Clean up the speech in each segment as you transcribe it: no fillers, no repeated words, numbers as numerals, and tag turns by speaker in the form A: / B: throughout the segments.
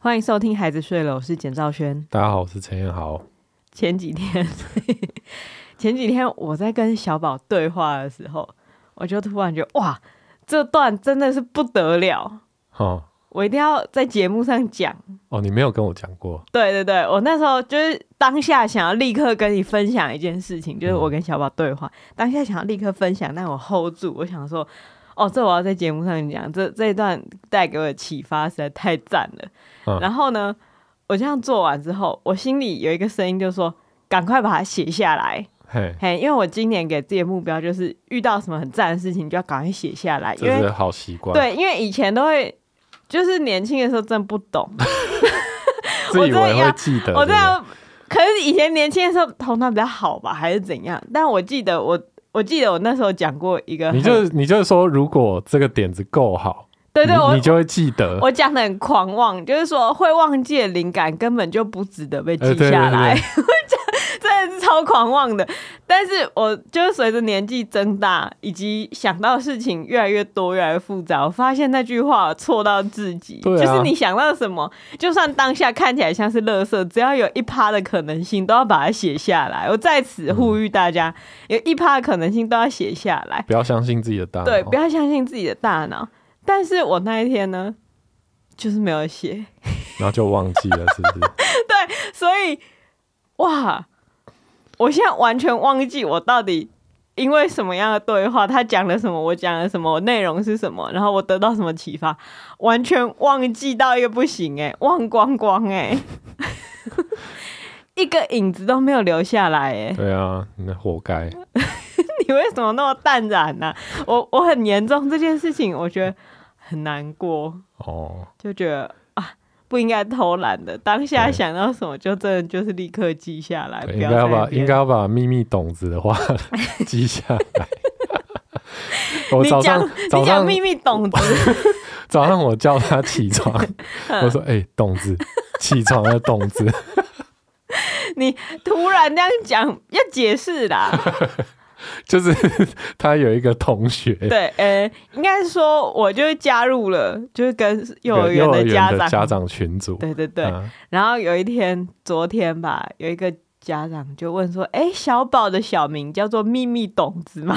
A: 欢迎收听孩子睡了，我是简兆轩。
B: 大家好，我是陈彦豪。
A: 前几天我在跟小宝对话的时候，我就突然觉得哇，这段真的是不得了，我一定要在节目上讲。
B: 哦，你没有跟我讲过？
A: 对对对，我那时候就是当下想要立刻跟你分享一件事情，就是我跟小宝对话，当下想要立刻分享，但我 hold 住，我想说，哦，这我要在节目上讲，这一段带给我的启发实在太赞了。然后呢，我这样做完之后，我心里有一个声音就说，赶快把它写下来。嘿，因为我今年给自己的目标就是遇到什么很赞的事情就要赶快写下来，
B: 这是好习惯。
A: 对，因为以前都会就是年轻的时候真的不懂
B: 自以为会记得。
A: 我这样，可是以前年轻的时候头脑比较好吧，还是怎样？但我记得我那时候讲过一个，
B: 你就是说，如果这个点子够好，
A: 对，
B: 你就会记得。
A: 我讲的很狂妄，就是说会忘记的灵感根本就不值得被记下来。
B: 对
A: 真的是超狂妄的，但是我就是随着年纪增大，以及想到的事情越来越多、越来越复杂，我发现那句话错到自己。就是你想到什么，就算当下看起来像是垃圾，只要有1%的可能性，都要把它写下来。我在此呼吁大家，有1%的可能性都要写下来，
B: 不要相信自己的大脑。
A: 对，不要相信自己的大脑。但是我那一天呢，就是没有写，
B: 然后就忘记了，是不是？
A: 对，所以哇。我现在完全忘记我到底因为什么样的对话，他讲了什么，我讲了什么，内容是什么，然后我得到什么启发，完全忘记到一个不行忘光光一个影子都没有留下来
B: 对啊，你活该。
A: 你为什么那么淡然呢？我很严重这件事情，我觉得很难过就觉得不应该偷懒的，当下想到什么就真的就是立刻记下来，
B: 应该要把秘密懂子的话记下来。我早上
A: 秘密懂子，
B: 早上我叫他起床，我说：“懂子，起床了，懂子。”
A: 你突然这样讲，要解释啦。
B: 就是他有一个同学，
A: 对，应该是说我就加入了，就是跟幼儿园的
B: 家长群组，
A: 对对对。然后有一天，昨天吧，有一个家长就问说：“小宝的小名叫做秘密懂子吗？”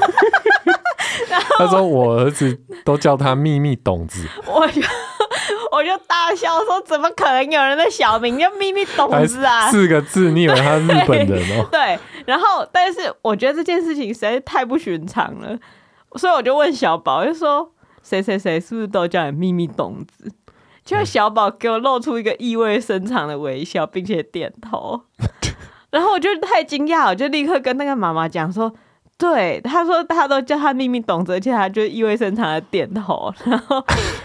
B: 他说：“我儿子都叫他秘密懂子。”
A: 我就大笑说：“怎么可能有人的小名叫秘密懂子啊
B: ？4个字，你以为他是日本人哦？”
A: 对，然后但是我觉得这件事情实在是太不寻常了，所以我就问小宝，就说：“谁谁谁是不是都叫你秘密懂子？”结果小宝给我露出一个意味深长的微笑，并且点头。然后我就太惊讶，我就立刻跟那个妈妈讲说。对，他说他都叫他秘密懂子，而且他就意味深长的点头，然后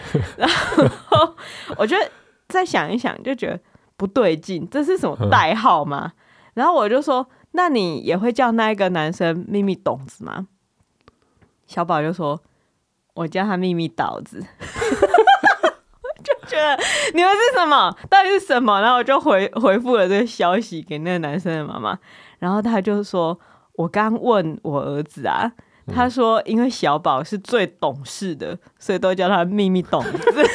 A: 我就再想一想，就觉得不对劲，这是什么代号吗？然后我就说，那你也会叫那一个男生秘密懂子吗？小宝就说，我叫他秘密倒子。就觉得你们是什么？到底是什么？然后我就回复了这个消息给那个男生的妈妈，然后他就说。我刚问我儿子啊，他说因为小宝是最懂事的，所以都叫他秘密懂子。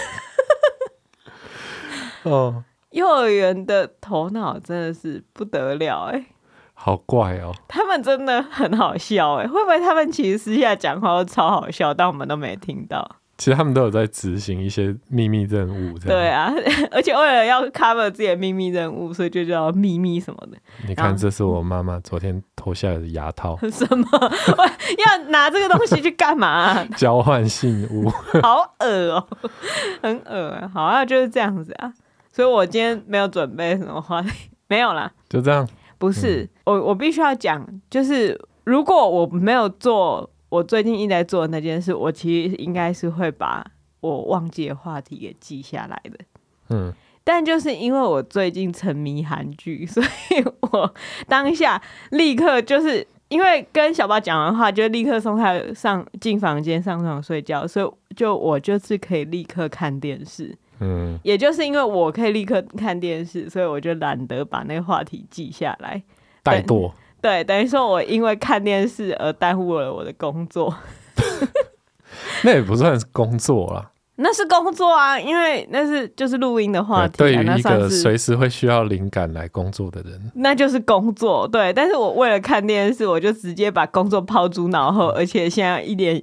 A: 幼儿园的头脑真的是不得了
B: 好怪哦。
A: 他们真的很好笑会不会他们其实私下讲话都超好笑，但我们都没听到？
B: 其实他们都有在执行一些秘密任务，
A: 对啊，而且为了要 cover 自己的秘密任务，所以就叫秘密什么的。
B: 你看，这是我妈妈昨天脱下来的牙套。
A: 什么？要拿这个东西去干嘛
B: 交换信物。
A: 好恶很恶好啊，就是这样子啊。所以我今天没有准备什么话题，没有啦，
B: 就这样。
A: 不是，我必须要讲，就是如果我没有做。我最近一直在做的那件事，我其实应该是会把我忘记的话题给记下来的。但就是因为我最近沉迷韩剧，所以我当下立刻就是因为跟小宝讲完话，就立刻送他进房间上床睡觉，所以我就是可以立刻看电视。也就是因为我可以立刻看电视，所以我就懒得把那个话题记下来，
B: 怠惰。
A: 对，等于说我因为看电视而耽误了我的工作。
B: 那也不算是工作啦，
A: 那是工作啊，因为那是就是录音的话题、啊。
B: 对于一个随时会需要灵感来工作的人，
A: 那就是工作。对，但是我为了看电视，我就直接把工作抛诸脑后，而且现在一点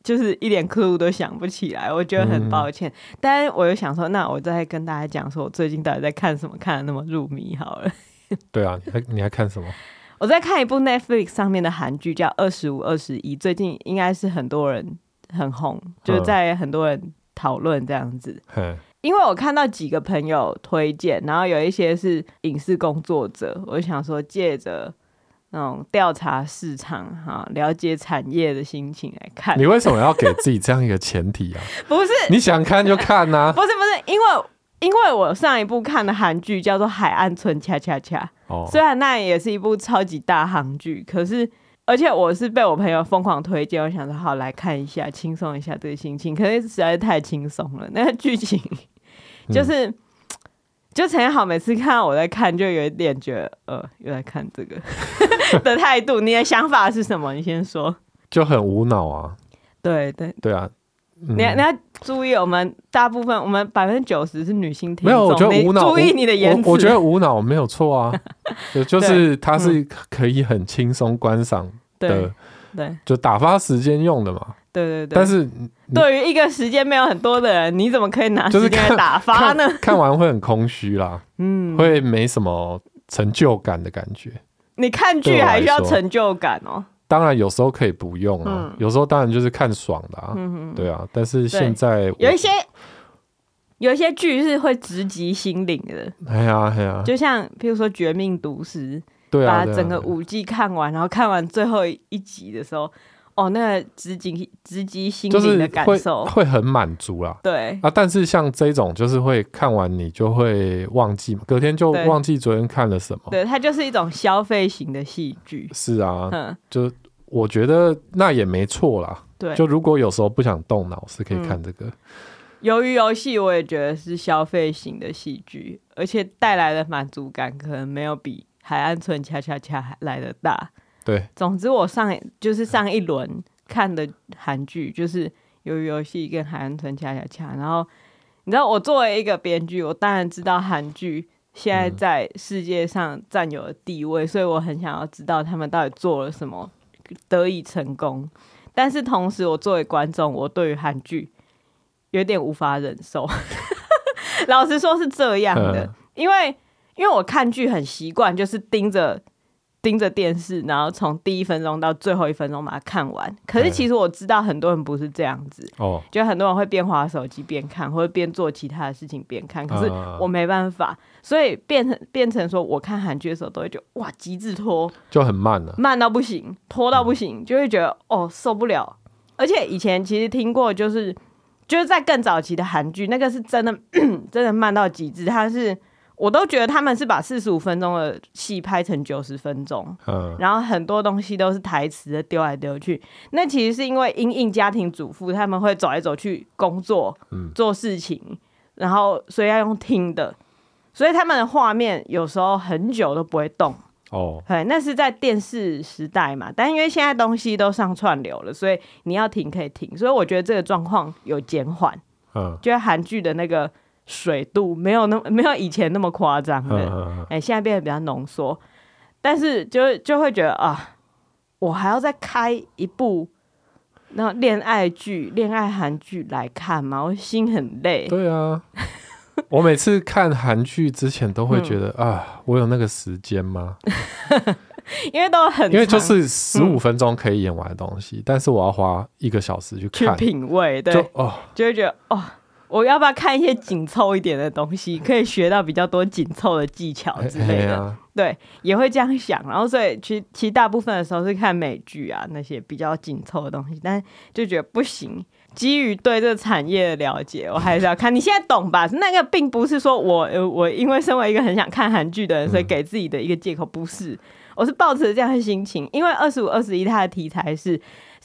A: clue 都想不起来，我觉得很抱歉。但是我又想说，那我再跟大家讲说，我最近到底在看什么，看得那么入迷好了。
B: 对啊，你还看什么？
A: 我在看一部 Netflix 上面的韩剧，叫《25-21》，最近应该是很多人很红，就在很多人讨论这样子。因为我看到几个朋友推荐，然后有一些是影视工作者，我就想说借着那种调查市场了解产业的心情来看。
B: 你为什么要给自己这样一个前提啊？
A: 不是
B: 你想看就看啊。
A: 不是，因为我上一部看的韩剧叫做《海岸村恰恰恰》，虽然那也是一部超级大韩剧，可是而且我是被我朋友疯狂推荐，我想说好来看一下，轻松一下这个心情，可是实在是太轻松了，那个剧情就是就陈彦豪每次看到我在看，就有一点觉得又在看这个的态度。你的想法是什么？你先说。
B: 就很无脑啊。对啊。
A: 你要注意，我们大部分我们90%是女性听众，
B: 没有，我觉得无脑，
A: 注意你的言辞。
B: 我觉得无脑没有错啊，就是它是可以很轻松观赏的，对，就打发时间用的嘛。对。但是
A: 对于一个时间没有很多的人，你怎么可以拿时间来打发呢？
B: 看完会很空虚啦，会没什么成就感的感觉。
A: 你看剧还需要成就感哦。
B: 当然有时候可以不用啊，有时候当然就是看爽的啊，对啊。但是现在有一些剧是会直击心灵的，哎呀，就像譬如说《绝命毒师》，对啊，把整个5季看完，然后看完最后一集的时候，那个直击心灵的感受， 会很满足啦。对啊，但是像这种就是会看完你就会忘记嘛，隔天就忘记昨天看了什么。
A: 对，它就是一种消费型的戏剧。
B: 是啊，就我觉得那也没错啦。对，就如果有时候不想动脑，是可以看这个。
A: 鱿鱼游戏我也觉得是消费型的戏剧，而且带来的满足感可能没有比海岸村恰恰恰来的大。对，总之我上一轮看的韩剧就是鱿鱼游戏跟海岸村恰恰恰，然后你知道我作为一个编剧，我当然知道韩剧现在在世界上占有的地位，所以我很想要知道他们到底做了什么得以成功。但是同时我作为观众，我对于韩剧有点无法忍受老实说是这样的，因为我看剧很习惯，就是盯着电视，然后从第1分钟到最后1分钟把它看完。可是其实我知道很多人不是这样子，就很多人会边滑手机边看，或者边做其他的事情边看。可是我没办法，所以变成说，我看韩剧的时候都会觉得哇，极致拖，就很慢了，慢到不行，拖到不行，就会觉得受不了。而且以前其实听过，就是在更早期的韩剧，那个是真的真的慢到极致，我都觉得他们是把45分钟的戏拍成90分钟，然后很多东西都是台词的丢来丢去。那其实是因为因应家庭主妇他们会走来走去工作、做事情，然后所以要用听的，所以他们的画面有时候很久都不会动。那是在电视时代嘛，但因为现在东西都上串流了，所以你要停可以停，所以我觉得这个状况有减缓。就是韩剧的那个水度没有以前那么夸张的，现在变得比较浓缩，但是就会觉得我还要再开一部那恋爱剧、恋爱韩剧来看吗？我心很累。对啊，我每次看韩剧之前都会觉得我有那个时间吗？因为都很长，因为就是15分钟可以演完的东西，但是我要花1个小时去看，去品味，对，就会觉得我要不要看一些紧凑一点的东西，可以学到比较多紧凑的技巧之类的。对，也会这样想。然后所以其实大部分的时候是看美剧啊，那些比较紧凑的东西，但就觉得不行。基于对这个产业的了解，我还是要看。你现在懂吧？那个并不是说我因为身为一个很想看韩剧的人，所以给自己的一个借口，不是。我是抱持这样的心情，因为25-21它的题材是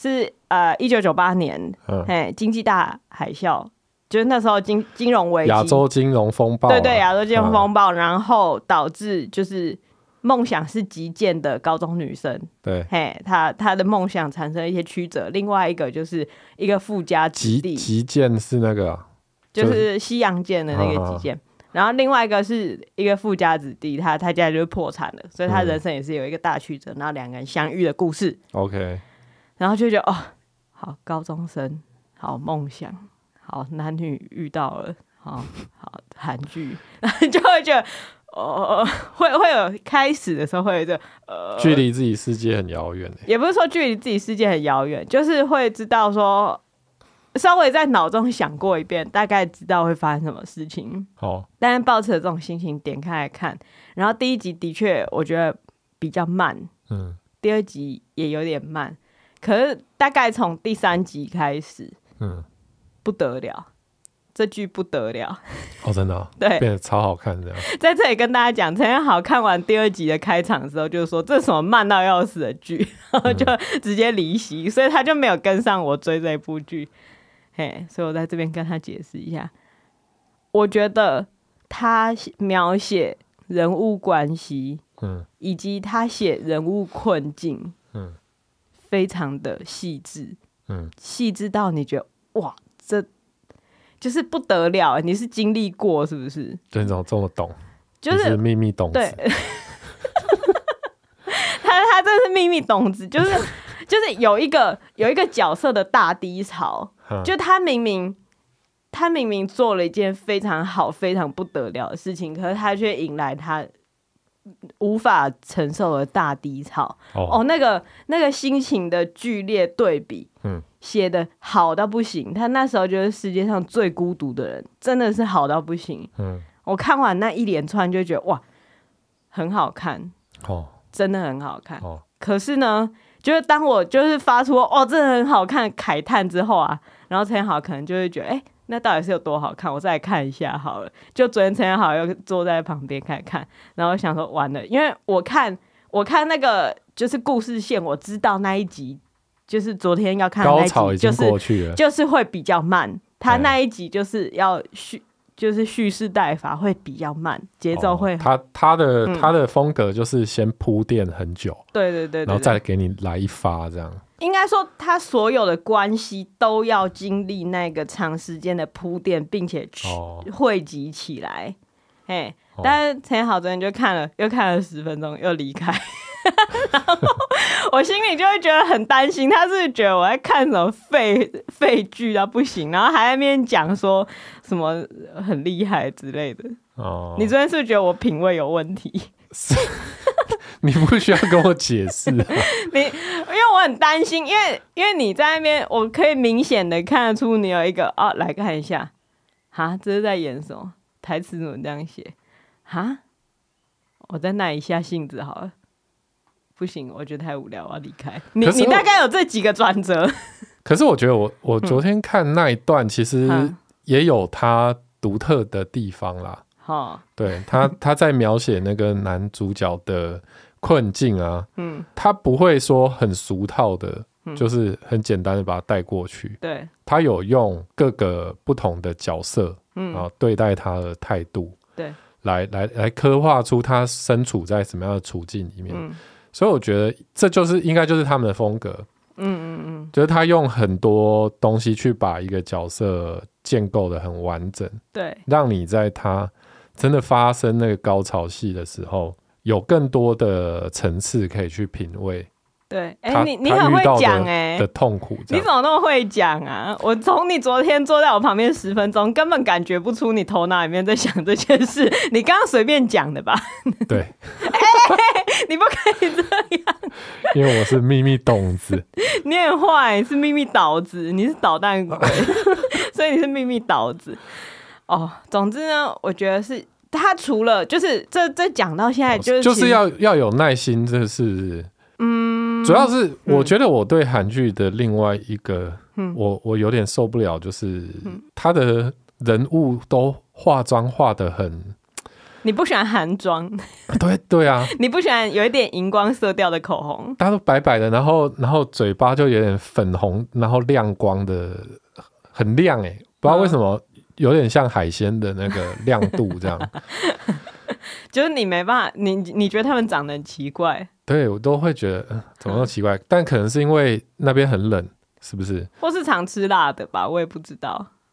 A: 1998年经济大海啸。就是那时候金融危机，亚洲金融风暴，对，亚洲金融风暴，然后导致就是梦想是击剑的高中女生，对，她的梦想产生一些曲折。另外一个就是一个富家子弟，击剑是那个就是西洋剑的那个击剑。然后另外一个是一个富家子弟，他家就是破产了，所以他人生也是有一个大曲折，然后两个人相遇的故事。
B: OK，
A: 然后就觉得好高中生，好梦想，好男女遇到了，好韩剧，然后就会觉得会有开始的时候会有一个
B: 距离自己世界很遥远，
A: 也不是说距离自己世界很遥远，就是会知道说。稍微在脑中想过一遍，大概知道会发生什么事情。但是抱持这种心情点开来看，然后第一集的确我觉得比较慢，第二集也有点慢，可是大概从第3集开始，不得了，这剧不得了
B: 真的
A: 对，
B: 变得超好看这样。
A: 在这里跟大家讲，陈彦豪看完第2集的开场的时候，就是说这是什么慢到要死的剧，然后就直接离席，所以他就没有跟上我追这部剧。所以我在这边跟他解释一下，我觉得他描写人物关系，以及他写人物困境，非常的细致，细致到你觉得哇，这就是不得了，你是经历过是不是？
B: 对，你怎么这么懂？
A: 就是
B: 秘密懂子，
A: 对，他真的是秘密懂子，就是有一个角色的大低潮。就他明明做了一件非常好、非常不得了的事情，可是他却迎来他无法承受的大低潮。那个心情的剧烈对比，写的好到不行。他那时候就是世界上最孤独的人，真的是好到不行。我看完那一连串就觉得哇，很好看，真的很好看。可是呢，就是当我就是发出真的很好看慨叹之后啊。然后陈彦豪可能就会觉得，那到底是有多好看？我再来看一下好了。就昨天陈彦豪又坐在旁边开始看，然后想说完了，因为我看那个就是故事线，我知道那一集就是昨天要看的那一集，
B: 高潮已经过去了，
A: 就是会比较慢。他那一集就是要就是蓄势待发，会比较慢，节奏会
B: 他的风格就是先铺垫很久，
A: 对，
B: 然后再给你来一发这样。
A: 应该说，他所有的关系都要经历那个长时间的铺垫，并且汇集起来。但是陈彦豪昨天就又看了10分钟，又离开，然后我心里就会觉得很担心，他是不是觉得我在看什么废剧啊，不行，然后还在那边讲说什么很厉害之类的。你昨天是不是觉得我品味有问题？
B: 你不需要跟我解释、啊，
A: 因为我很担心，因为你在那边，我可以明显的看得出你有一个来看一下，这是在演什么？台词怎么这样写？我再耐一下性子好了，不行，我觉得太无聊，我要离开。你大概有这几个转折。
B: 可是我觉得我昨天看那一段，其实也有他独特的地方啦。对，他在描写那个男主角的困境啊，他不会说很俗套的，就是很简单的把他带过去。对，他有用各个不同的角色，对待他的态度，对，来刻画出他身处在什么样的处境里面。所以我觉得这应该就是他们的风格。就是他用很多东西去把一个角色建构的很完整，对，让你在他真的发生那个高潮戏的时候，有更多的层次可以去品味。对，你很会讲的痛苦，你
A: 怎么那么会讲啊？我从你昨天坐在我旁边10分钟，根本感觉不出你头脑里面在想这件事。你刚刚随便讲的吧？
B: 对，
A: 你不可以这样，
B: 因为我是秘密懂子。
A: 你很坏，是秘密导子，你是捣蛋鬼，所以你是秘密导子。总之呢，我觉得是他除了就是这讲到现在
B: 就是要有耐心，这是。主要是我觉得我对韩剧的另外一个，我有点受不了，就是他的人物都化妆化得很。
A: 你不喜欢韩妆？
B: 对啊，
A: 你不喜欢有一点荧光色调的口红？
B: 它都白白的，然后嘴巴就有点粉红，然后亮光的，很亮不知道为什么，有点像海鲜的那个亮度这样。
A: 就是你没办法，你觉得他们长得很奇怪？
B: 对，我都会觉得怎么那么奇怪，但可能是因为那边很冷，是不是？
A: 或是常吃辣的吧，我也不知道。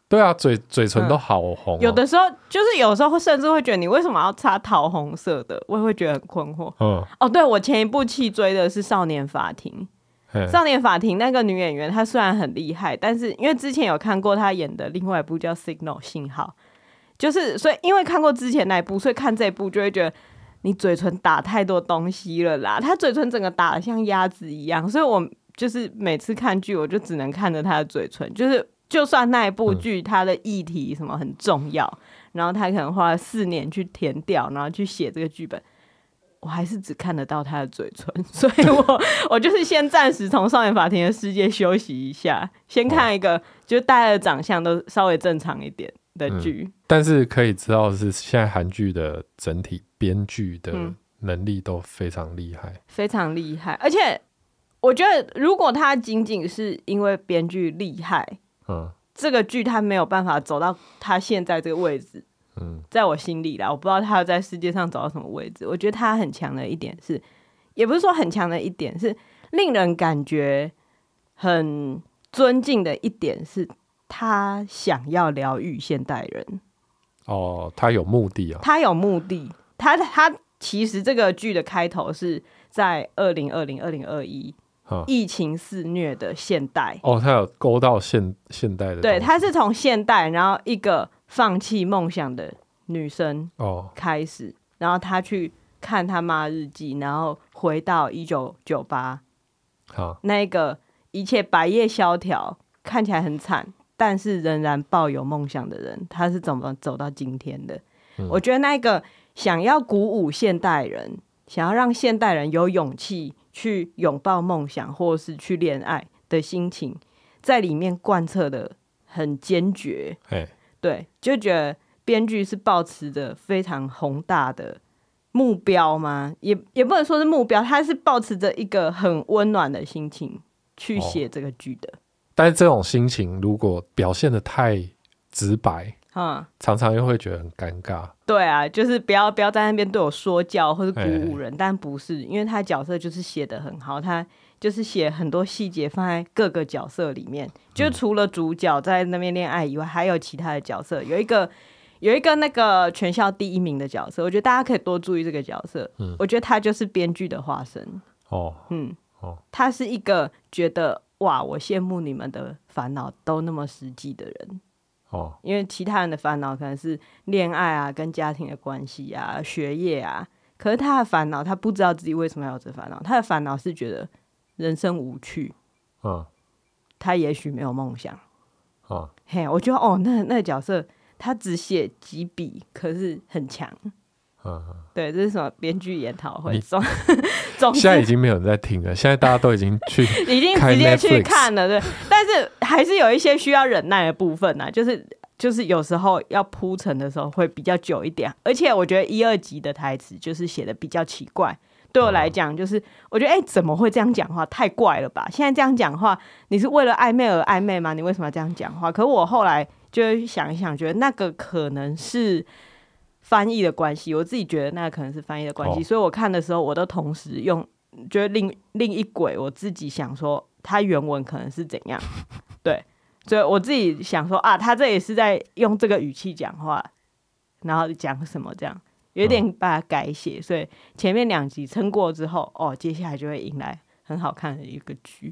B: 对啊，嘴唇都好红、
A: 有的时候有时候甚至会觉得你为什么要擦桃红色的，我也会觉得很困惑。对，我前一部弃追的是少年法庭。少年法庭那个女演员她虽然很厉害，但是因为之前有看过她演的另外一部叫 Signal 信号，就是所以因为看过之前那一部，所以看这一部就会觉得你嘴唇打太多东西了啦，她嘴唇整个打得像鸭子一样，所以我就是每次看剧我就只能看着她的嘴唇，就算那一部剧它的议题什么很重要，然后她可能花了4年去填掉，然后去写这个剧本，我还是只看得到他的嘴唇，所以我就是先暂时从少年法庭的世界休息一下，先看一个就是大家的长相都稍微正常一点的剧。
B: 但是可以知道的是，现在韩剧的整体编剧的能力都非常厉害，
A: 非常厉害。而且我觉得，如果他仅仅是因为编剧厉害，这个剧他没有办法走到他现在这个位置。在我心里啦，我不知道他要在世界上走到什么位置。我觉得他很强的一点是，也不是说很强的一点，是令人感觉很尊敬的一点是，他想要疗愈现代人。
B: 他有目的啊，
A: 他有目的。他其实这个剧的开头是在2020、2021疫情肆虐的现代。
B: 他有勾到现代的东西。
A: 对，他是从现代，然后一个放弃梦想的女生开始，然后她去看她妈日记，然后回到1998，那个一切百业萧条，看起来很惨，但是仍然抱有梦想的人，她是怎么走到今天的？我觉得那个想要鼓舞现代人，想要让现代人有勇气去拥抱梦想，或是去恋爱的心情，在里面贯彻的很坚决。对，就觉得编剧是抱持着非常宏大的目标吗？也不能说是目标，他是抱持着一个很温暖的心情去写这个剧的。
B: 但是这种心情如果表现得太直白，常常又会觉得很尴尬。
A: 对啊，就是不要在那边对我说教或是鼓舞人，但不是，因为他角色就是写得很好，他就是写很多细节放在各个角色里面，就除了主角在那边恋爱以外，还有其他的角色。有一个那个全校第1名的角色，我觉得大家可以多注意这个角色。我觉得他就是编剧的化身。他是一个觉得哇，我羡慕你们的烦恼都那么实际的人。因为其他人的烦恼可能是恋爱啊、跟家庭的关系啊、学业啊，可是他的烦恼，他不知道自己为什么要有这烦恼。他的烦恼是觉得人生无趣，他也许没有梦想。我觉得那个角色他只写几笔，可是很强。对，这是什么编剧研讨会？
B: 现在已经没有人在听了，现在大家都已经去
A: 已经直接去看了，对。但是还是有一些需要忍耐的部分啊，就是有时候要铺陈的时候会比较久一点，而且我觉得1、2集的台词就是写的比较奇怪。对我来讲，就是我觉得怎么会这样讲话？太怪了吧！现在这样讲话，你是为了暧昧而暧昧吗？你为什么要这样讲话？可是我后来就想一想，觉得那个可能是翻译的关系，我自己觉得那个可能是翻译的关系，所以我看的时候，我都同时用，觉得另一轨，我自己想说，他原文可能是怎样，对，所以我自己想说啊，他这也是在用这个语气讲话，然后讲什么这样，有点把它改写，所以前面2集撑过之后，接下来就会迎来很好看的一个剧。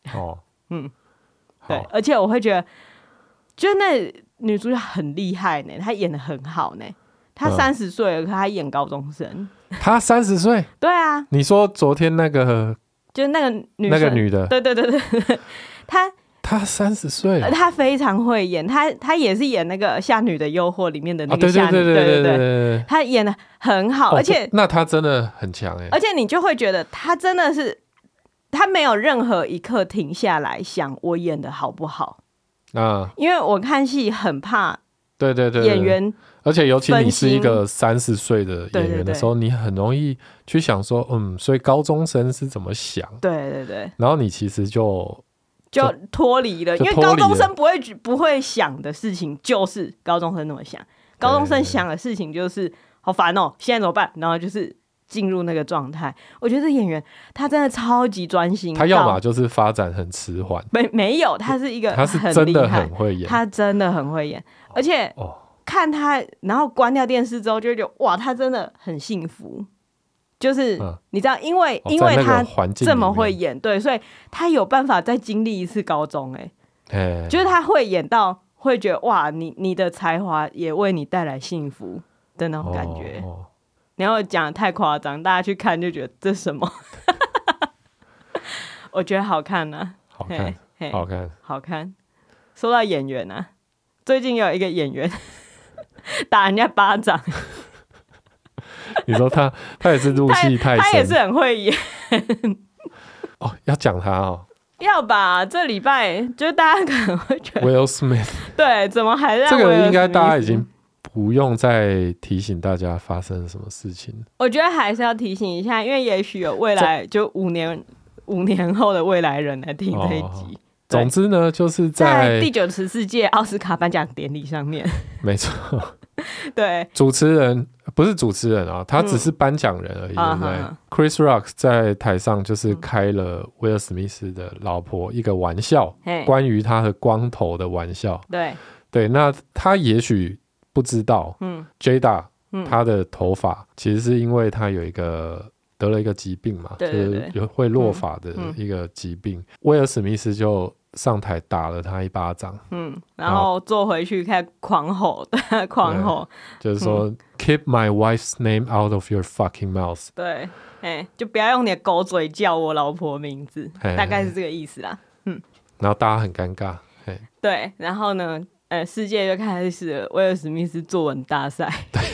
A: 对，而且我会觉得，就那女主角很厉害呢，她演得很好呢。她30岁了，可她演高中生。
B: 她30岁？
A: 对啊。你
B: 说昨天那个，
A: 就是那个女生，
B: 那个女的，
A: 对，她
B: 30岁，
A: 她非常会演，她也是演那个《夏女的诱惑》里面的那个夏女，对，她演得很好，而且
B: 那她真的很强哎，
A: 而且你就会觉得她真的是，她没有任何一刻停下来想我演得好不好啊，因为我看戏很怕，对演员。
B: 而且尤其你是一个30岁的演员的时候，你很容易去想说，所以高中生是怎么想？
A: 对。
B: 然后你其实就
A: 脱离了，因为高中生不会想的事情就是高中生那么想，高中生想的事情就是好烦哦，现在怎么办？然后就是进入那个状态。我觉得这演员他真的超级专心，
B: 他要么就是发展很迟缓，
A: 没有，他是一个
B: 他是真的很会演，
A: 他真的很会演，而且看他，然后关掉电视之后就会觉得哇，他真的很幸福。就是你知道，因为他这么会演，对，所以他有办法再经历一次高中，就是他会演到会觉得哇，你的才华也为你带来幸福的那种感觉。然后讲得太夸张，大家去看就觉得这是什么？我觉得好看啊，
B: 好看，好看，
A: 好看。说到演员啊，最近有一个演员打人家巴掌。
B: 你说他也是入戏太深，
A: 他也是很会演。
B: 要讲他哦。
A: 要吧，这礼拜就大家可能会觉得
B: Will Smith，
A: 对，怎么还让
B: 这个应该大家已经不用再提醒大家发生了什么事情。
A: 我觉得还是要提醒一下，因为也许有未来就5年后的未来人来听这一集。
B: 总之呢，就是在
A: 第94届奥斯卡颁奖典礼上面，
B: 没错，
A: 对，
B: 主持人不是主持人啊，他只是颁奖人而已，对不对？Chris Rock 在台上就是开了威尔史密斯的老婆一个玩笑，关于他的光头的玩笑。对，那他也许不知道，Jada 他的头发其实是因为他得了一个疾病嘛，就是会落发的一个疾病。威尔史密斯就上台打了他一巴掌，
A: 然后坐回去开始狂吼，
B: 就是说、keep my wife's name out of your fucking mouth。
A: 对，就不要用你的狗嘴叫我老婆名字，大概是这个意思啦。
B: 然后大家很尴尬，
A: 对，然后呢，世界就开始了威尔史密斯作文大赛，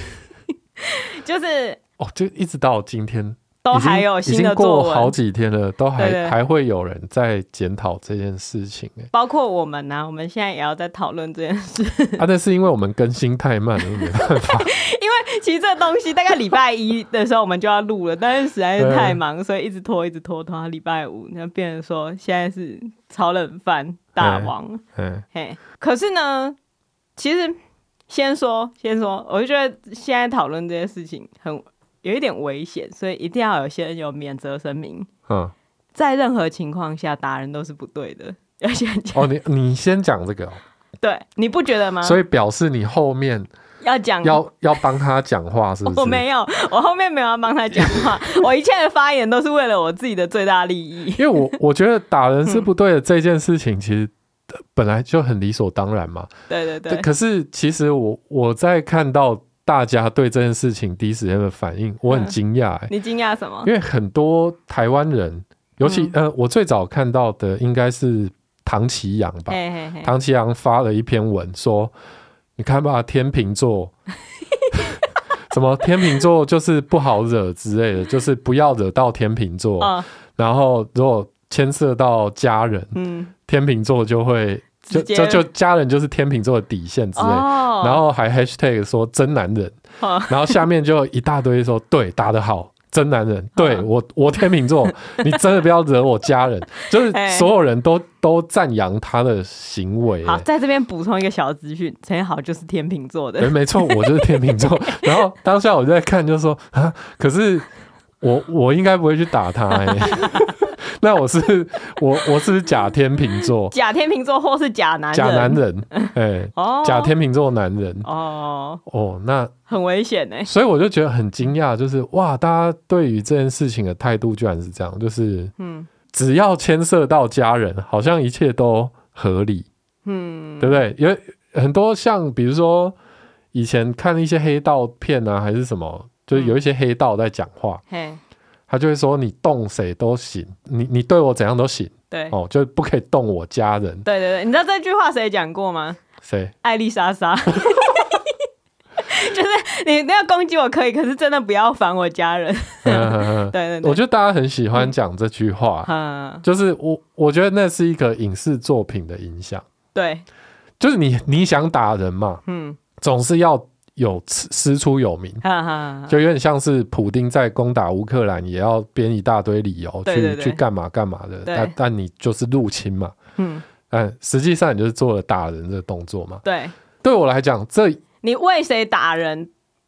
A: 就是
B: 就一直到今天。
A: 都还有新的作文，
B: 已经过好几天了，都还会有人在检讨这件事情，
A: 包括我们啊，我们现在也要在讨论这件事
B: 但是因为我们更新太慢了，没办法。
A: 因为其实这东西大概礼拜1的时候我们就要录了，但是实在是太忙，所以一直拖到礼拜5，那变成说现在是炒冷饭大王。可是呢，其实先说，我就觉得现在讨论这些事情有一点危险，所以一定要先有免责声明。在任何情况下打人都是不对的，要先讲。
B: 你先讲这个
A: 对，你不觉得吗？
B: 所以表示你后面
A: 要讲，
B: 要帮他讲话，是不是？
A: 我没有，我后面没有要帮他讲话，我一切的发言都是为了我自己的最大利益。
B: 因为我觉得打人是不对的这件事情，其实本来就很理所当然嘛。
A: 对。
B: 可是其实我在看到大家对这件事情第一时间的反应，我很惊讶。
A: 你惊讶什么？
B: 因为很多台湾人，尤其我最早看到的应该是唐綺阳吧。唐綺阳发了一篇文说，你看吧，天秤座什么天秤座就是不好惹之类的，就是不要惹到天秤座。然后如果牵涉到家人，天秤座就会就家人就是天秤座的底线之类，然后还 hashtag 说真男人，然后下面就一大堆说对打得好，真男人，对我天秤座，你真的不要惹我家人，就是所有人都赞扬他的行为。
A: 好，在这边补充一个小资讯，陈豪就是天秤座的，
B: 对，没错，我就是天秤座。然后当下我就在看，就说可是我应该不会去打他那我是不是假天秤座？
A: 假天秤座或是假男人？
B: 假男人，假天秤座男人。那
A: 很危险
B: 所以我就觉得很惊讶，就是哇，大家对于这件事情的态度居然是这样，就是只要牵涉到家人，好像一切都合理，对不对？因为很多像比如说以前看一些黑道片啊，还是什么，就是有一些黑道在讲话。他就会说你动谁都行，你对我怎样都行，
A: 对
B: 就不可以动我家人。
A: 对，你知道这句话谁讲过吗？
B: 谁？
A: 艾丽莎莎。就是你要攻击我可以，可是真的不要烦我家人。对，
B: 我觉得大家很喜欢讲这句话，就是我觉得那是一个影视作品的影响。对，就是你想打人嘛，总是要有师出有名，就有点像是普丁在攻打乌克兰也要编一大堆理由去干嘛干嘛的，但你就是入侵嘛，但实际上你就是做了打人这个动作嘛。对我来讲，你
A: 为谁打人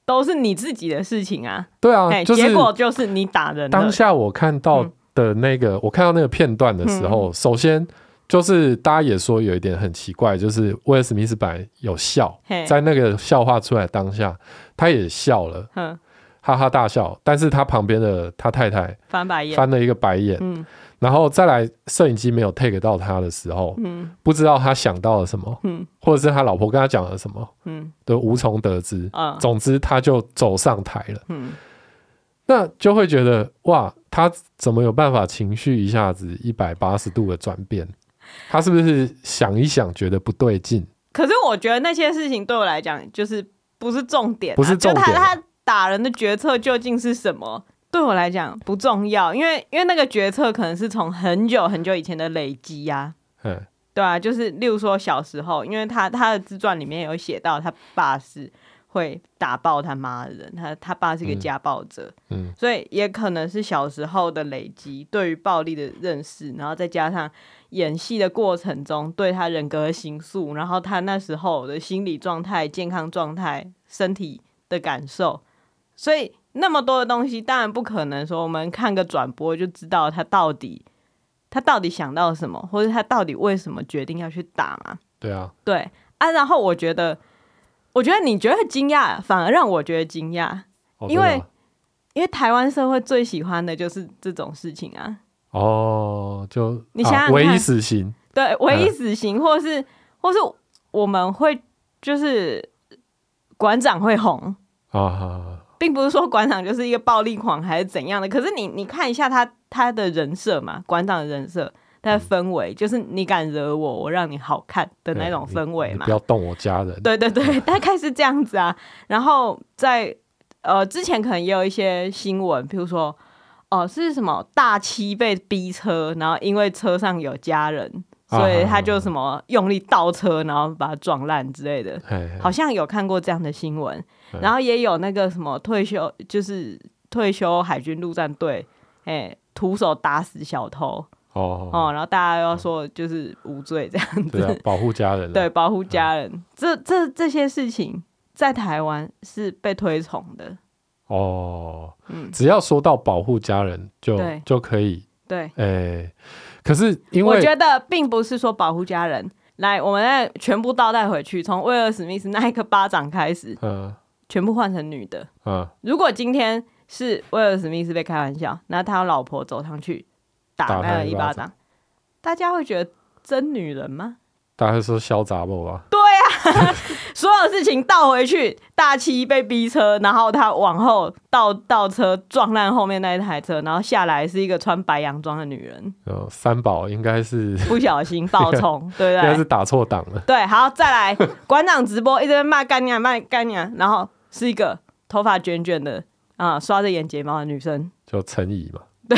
A: 都是你自己的事情啊。
B: 对啊，
A: 结果就是你打人了。
B: 当下我看到的我看到那个片段的时候，首先就是大家也说有一点很奇怪，就是威尔史密斯本来有笑，在那个笑话出来当下他也笑了，哈哈大笑，但是他旁边的他太太翻了一个白眼，然后再来摄影机没有 take 到他的时候，不知道他想到了什么，或者是他老婆跟他讲了什么，都无从得知，总之他就走上台了，那就会觉得哇，他怎么有办法情绪一下子180度的转变？他是不是想一想觉得不对劲？
A: 可是我觉得那些事情对我来讲就是不是重点，
B: 不是重点，
A: 就他打人的决策究竟是什么？对我来讲不重要，因为那个决策可能是从很久很久以前的累积啊，对啊，就是例如说小时候，因为他的自传里面有写到他爸是会打爆他妈的人，他爸是一个家暴者，所以也可能是小时候的累积对于暴力的认识，然后再加上演戏的过程中对他人格的形塑，然后他那时候的心理状态、健康状态、身体的感受，所以那么多的东西，当然不可能说我们看个转播就知道他到底想到什么，或者他到底为什么决定要去打嘛？
B: 对啊，
A: 对啊。然后我觉得你觉得惊讶，反而让我觉得惊讶，因为台湾社会最喜欢的就是这种事情啊。
B: 就
A: 你想想看，
B: 唯一死刑，
A: 对，唯一死刑，或是我们会就是馆长会红并不是说馆长就是一个暴力狂还是怎样的，可是你看一下他的人设嘛，馆长的人设，他的氛围就是你敢惹我，我让你好看的那种氛围嘛，
B: 你不要动我家人。
A: 对对对，大概是这样子啊。然后在之前可能也有一些新闻，譬如说是什么大七被逼车，然后因为车上有家人，所以他就什么用力倒车，然后把他撞烂之类的，好像有看过这样的新闻。然后也有那个什么退休海军陆战队，徒手打死小偷，然后大家要说就是无罪这样子，
B: 对啊，保护家人，
A: 对，保护家人，这些事情在台湾是被推崇的。
B: 只要说到保护家人就可以，
A: 对，
B: 可是因为
A: 我觉得并不是说保护家人，来，我们再全部倒带回去，从威尔史密斯那一个巴掌开始，全部换成女的。如果今天是威尔史密斯被开玩笑，那他老婆走上去打那个一巴掌，大家会觉得真女人吗？
B: 大家会说潇洒不吧？
A: 对啊，所有事情倒回去，大七被逼车，然后他往后倒车撞烂后面那一台车，然后下来是一个穿白洋装的女人。
B: 三宝应该是
A: 不小心爆冲，对不对？
B: 应该是打错档了。
A: 对，好，再来馆长直播一直在骂干娘，然后是一个头发卷卷的刷着眼睫毛的女生，
B: 就陈怡嘛。
A: 对，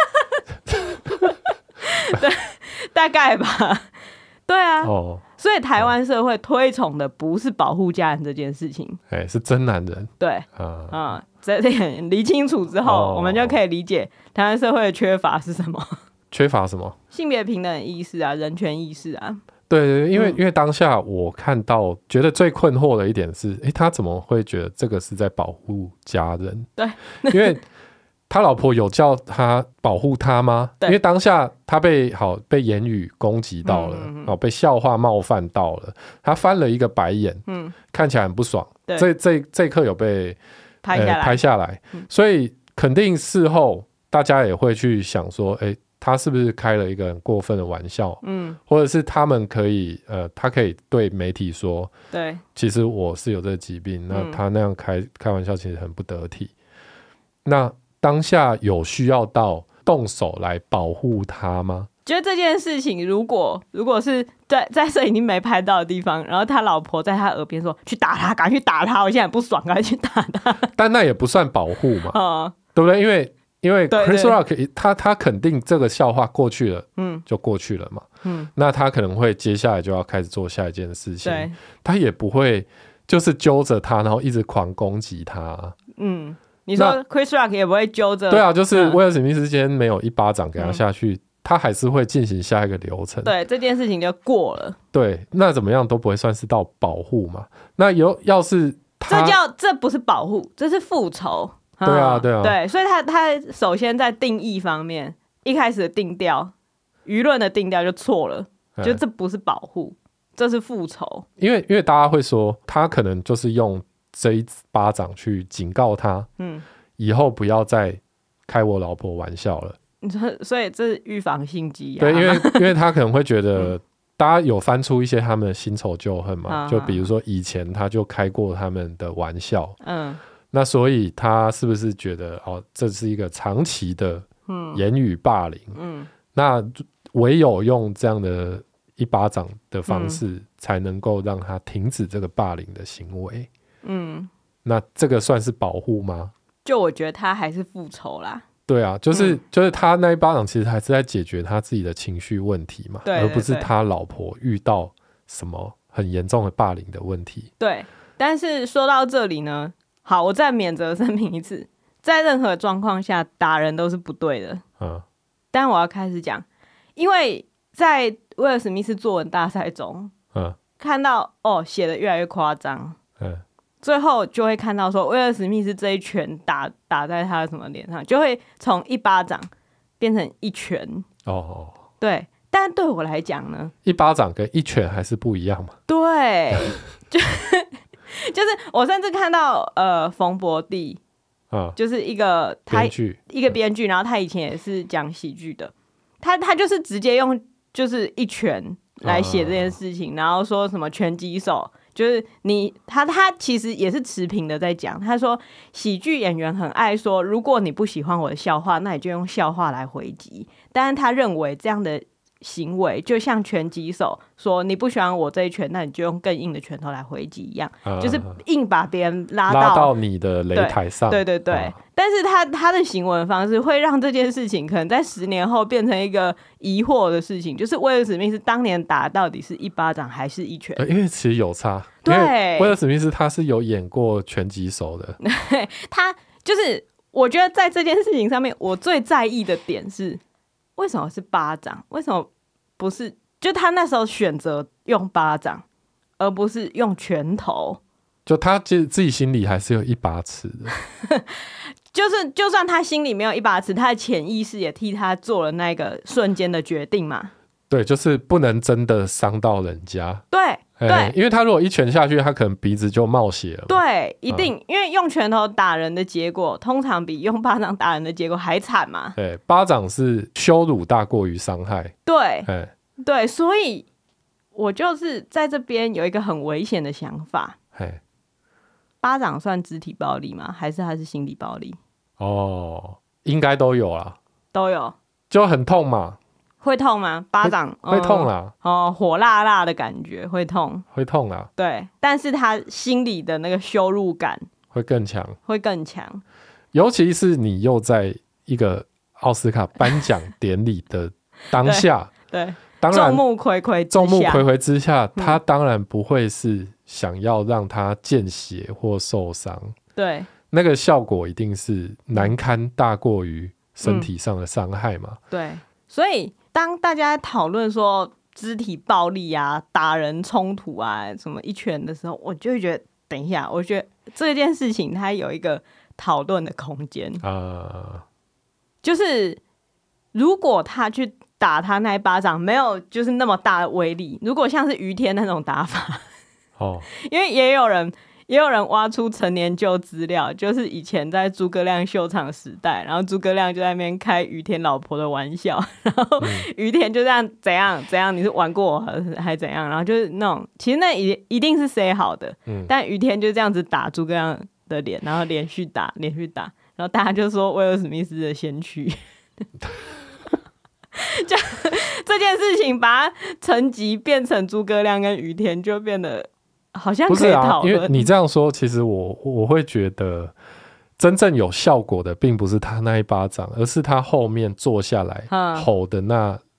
A: 对，大概吧。对啊，所以台湾社会推崇的不是保护家人这件事情，
B: 是真男人。
A: 对，这点理清楚之后，我们就可以理解台湾社会的缺乏是什么。
B: 缺乏什么？
A: 性别平等意识啊，人权意识啊。
B: 对，因为当下我看到觉得最困惑的一点是，他怎么会觉得这个是在保护家人？
A: 对，
B: 因为他老婆有叫他保护他吗？因为当下他被言语攻击到了，被笑话冒犯到了，他翻了一个白眼，看起来很不爽。这一刻有被拍下来，所以肯定事后大家也会去想说，他是不是开了一个很过分的玩笑？或者是他们可以他可以对媒体说，对，其实我是有这个疾病，那他那样开玩笑其实很不得体。那当下有需要到动手来保护他吗？
A: 觉得这件事情如果是在摄影机没拍到的地方，然后他老婆在他耳边说去打他，赶快去打他，我现在很不爽，赶快去打他，
B: 但那也不算保护嘛，对不对？因为 Chris Rock 他肯定这个笑话过去了，就过去了嘛，那他可能会接下来就要开始做下一件事情，他也不会就是揪着他然后一直狂攻击他，
A: 你说 Chris Rock 也不会揪着，
B: 对啊，就是威尔史密斯今天没有一巴掌给他下去，他还是会进行下一个流程，
A: 对，这件事情就过了，
B: 对，那怎么样都不会算是到保护嘛。那要是
A: 这不是保护，这是复仇。
B: 对啊，对啊，
A: 对，所以他首先在定义方面，一开始的定调，舆论的定调就错了，就这不是保护，这是复仇。因
B: 为大家会说，他可能就是用这一巴掌去警告他，以后不要再开我老婆玩笑了。
A: 所以这是预防性羁押。
B: 对，因为他可能会觉得。大家有翻出一些他们的新仇旧恨嘛？就比如说以前他就开过他们的玩笑，那所以他是不是觉得这是一个长期的言语霸凌？那唯有用这样的一巴掌的方式，才能够让他停止这个霸凌的行为。那这个算是保护吗？
A: 就我觉得他还是复仇啦。
B: 对啊，就是他那一巴掌其实还是在解决他自己的情绪问题嘛，
A: 对，
B: 而不是他老婆遇到什么很严重的霸凌的问题。
A: 对，但是说到这里呢，好，我再免责声明一次，在任何状况下打人都是不对的。但我要开始讲，因为在威尔史密斯作文大赛中，看到写得越来越夸张，最后就会看到说威尔史密斯这一拳打在他的什么脸上，就会从一巴掌变成一拳。对，但对我来讲呢，
B: 一巴掌跟一拳还是不一样嘛。
A: 对，就是我甚至看到冯博弟，就是一个编剧，然后他以前也是讲喜剧的，他就是直接用就是一拳来写这件事情，然后说什么拳击手。就是他其实也是持平的在讲，他说喜剧演员很爱说，如果你不喜欢我的笑话，那你就用笑话来回击。但是他认为这样的行为就像拳击手说你不喜欢我这一拳，那你就用更硬的拳头来回击一样，就是硬把别人拉
B: 到你的擂台上。
A: 对，但是他的行文方式会让这件事情可能在10年后变成一个疑惑的事情，就是威尔史密斯当年打到底是一巴掌还是一拳？
B: 因为其实有差。
A: 对，
B: 威尔史密斯他是有演过拳击手的。
A: 他就是我觉得在这件事情上面，我最在意的点是为什么是巴掌？为什么不是？就他那时候选择用巴掌，而不是用拳头。
B: 就他自己心里还是有一把尺的。
A: 就算他心里没有一把尺，他的潜意识也替他做了那个瞬间的决定嘛。
B: 对，就是不能真的伤到人家。
A: 对，
B: 因为他如果一拳下去，他可能鼻子就冒血了。
A: 对，一定，因为用拳头打人的结果，通常比用巴掌打人的结果还惨嘛。
B: 对，巴掌是羞辱大过于伤害。
A: 对，所以我就是在这边有一个很危险的想法。巴掌算肢体暴力吗？还是它是心理暴力？
B: 应该都有啦。
A: 都有，
B: 就很痛嘛。
A: 会痛吗？巴掌
B: 会痛啦。
A: 火辣辣的感觉会痛。
B: 会痛啦。
A: 对，但是他心里的那个羞辱感
B: 会更强。
A: 尤
B: 其是你又在一个奥斯卡颁奖典礼的当下，
A: 对，
B: 当然
A: 众目睽睽之下，
B: 他当然不会是想要让他见血或受伤。
A: 对，
B: 那个效果一定是难堪大过于身体上的伤害嘛。
A: 对，所以当大家讨论说肢体暴力啊、打人冲突啊、什么一拳的时候，我就会觉得，等一下，我觉得这件事情它有一个讨论的空间。就是如果他去打他那一巴掌没有就是那么大的威力，如果像是于天那种打法，因为也有人挖出陈年旧资料，就是以前在诸葛亮秀场时代，然后诸葛亮就在那边开于天老婆的玩笑，然后于天就这样怎样，你是玩过我还怎样，然后就是那种其实那一定是 say 好的，但于天就这样子打诸葛亮的脸，然后连续打，然后大家就说威尔史密斯的先驱。就这件事情把它层级变成诸葛亮跟于天，就变得好像可以讨论。
B: 因为你这样说，其实我会觉得真正有效果的并不是他那一巴掌，而是他后面坐下来吼的那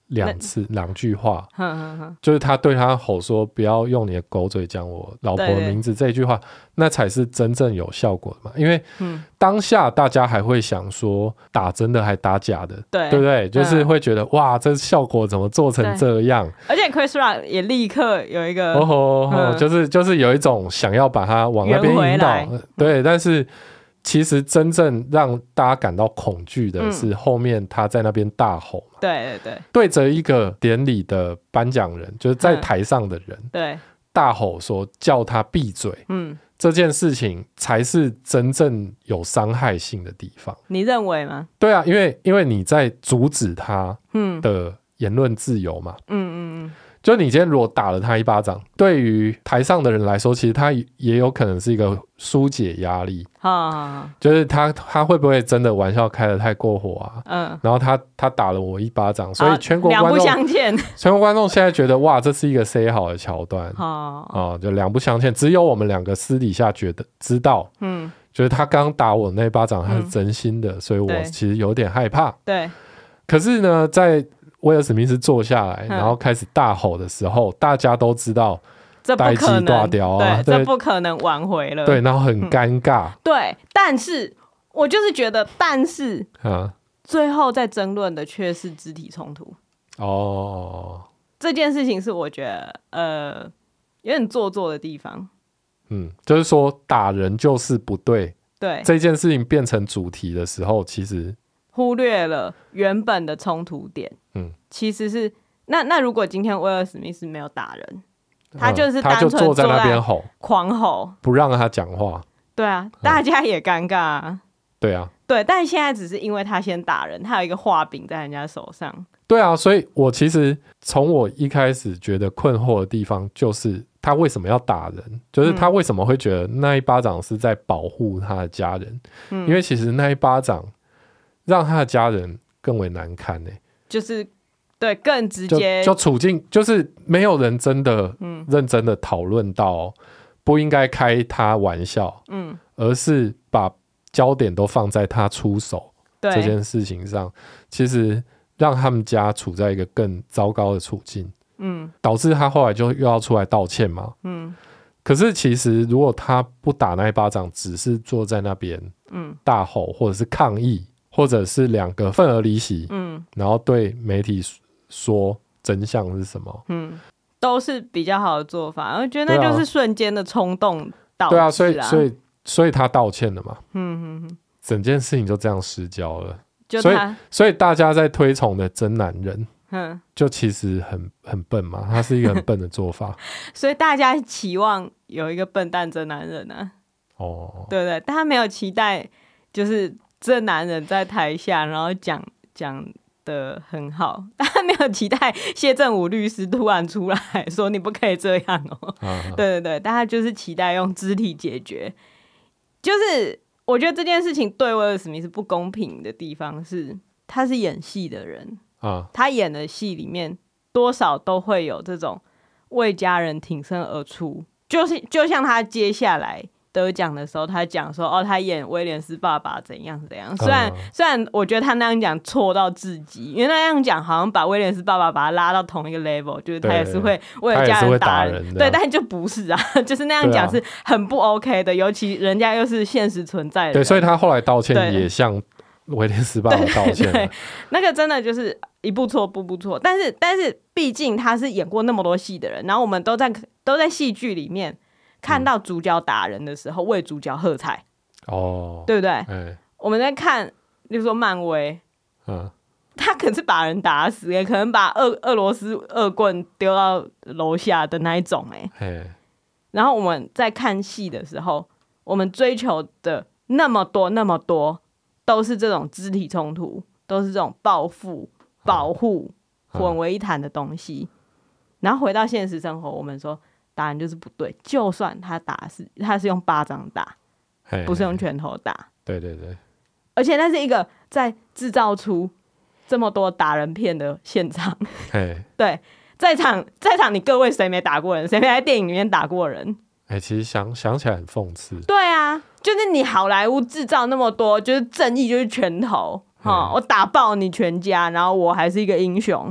B: 两句话，就是他对他吼说不要用你的狗嘴讲我老婆的名字，这一句话那才是真正有效果的嘛。因为当下大家还会想说打真的还打假的，对不对？就是会觉得哇这效果怎么做成这样，
A: 而且 Chris Rock 也立刻有一个
B: 就是有一种想要把它往那边引导，对，但是其实真正让大家感到恐惧的是后面他在那边大吼嘛，对着一个典礼的颁奖人，就是在台上的人，大吼说叫他闭嘴，这件事情才是真正有伤害性的地方。
A: 你认为吗？
B: 对啊，因为你在阻止他的言论自由嘛，就你今天如果打了他一巴掌，对于台上的人来说，其实他也有可能是一个疏解压力，就是他会不会真的玩笑开得太过火啊？然后他打了我一巴掌，所以全国观众
A: 两不相欠，
B: 全国观众现在觉得哇，这是一个 say 好的桥段，就两不相欠，只有我们两个私底下知道，就是他刚打我那一巴掌他是真心的，所以我其实有点害怕，
A: 对。
B: 可是呢，在威尔史密斯坐下来然后开始大吼的时候，大家都知道
A: 这不可能，
B: 对，
A: 这不可能挽回了，
B: 对，然后很尴尬，
A: 对。但是我就是觉得，最后在争论的却是肢体冲突。这件事情是我觉得有点做作的地方。
B: 就是说打人就是不对，
A: 对，
B: 这件事情变成主题的时候，其实
A: 忽略了原本的冲突点。其实是那如果今天威尔史密斯没有打人，他就是单纯
B: 坐在那边吼，
A: 狂吼，
B: 不让他讲话。
A: 对啊，大家也尴尬啊。
B: 对啊，
A: 对，但现在只是因为他先打人，他有一个画饼在人家手上。
B: 对啊，所以我其实从我一开始觉得困惑的地方，就是他为什么要打人，就是他为什么会觉得那一巴掌是在保护他的家人，因为其实那一巴掌让他的家人更为难堪
A: 就是对更直接
B: 就处境，就是没有人真的认真的讨论到不应该开他玩笑，而是把焦点都放在他出手这件事情上，其实让他们家处在一个更糟糕的处境，导致他后来就又要出来道歉嘛，可是其实如果他不打那一巴掌，只是坐在那边大吼或者是抗议，或者是两个愤而离席，然后对媒体说真相是什么，
A: 都是比较好的做法。我觉得那就是瞬间的冲动导致啦。
B: 对啊，所以他道歉了嘛，整件事情就这样失焦了。所以大家在推崇的真男人，就其实很笨嘛，他是一个很笨的做法。
A: 所以大家期望有一个笨蛋真男人啊，对不对？但他没有期待，就是这男人在台下，然后讲的很好，但他没有期待谢振武律师突然出来说你不可以这样对，但他就是期待用肢体解决。就是我觉得这件事情对威尔史密斯不公平的地方是，他是演戏的人他演的戏里面多少都会有这种为家人挺身而出，就像他接下来得奖的时候，他讲说他演威廉斯爸爸怎样怎样。虽然我觉得他那样讲错到至极，因为那样讲好像把威廉斯爸爸把他拉到同一个 level， 就是他也是会为了家人打人，对，但就不是啊，就是那样讲是很不 OK 的，尤其人家又是现实存在的。
B: 对，所以他后来道歉也向威廉斯爸爸道歉。
A: 对，那个真的就是一步错步步错，但是毕竟他是演过那么多戏的人，然后我们都在戏剧里面看到主角打人的时候为主角喝彩对不对？我们在看例如说漫威他可是把人打死，也可能把俄罗斯恶棍丢到楼下的那一种然后我们在看戏的时候，我们追求的那么多都是这种肢体冲突，都是这种报复保护混为一谈的东西。然后回到现实生活，我们说打人就是不对，就算他是用巴掌打，不是用拳头打。对，而且那是一个在制造出这么多打人片的现场。对，在场你各位谁没打过人？谁没在电影里面打过人？
B: 其实想起来很讽刺。
A: 对啊，就是你好莱坞制造那么多，就是正义就是拳头我打爆你全家，然后我还是一个英雄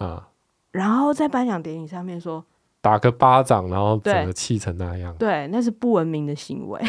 A: 然后在颁奖典礼上面说
B: 打个巴掌，然后整个气成那样，
A: 对，那是不文明的行为。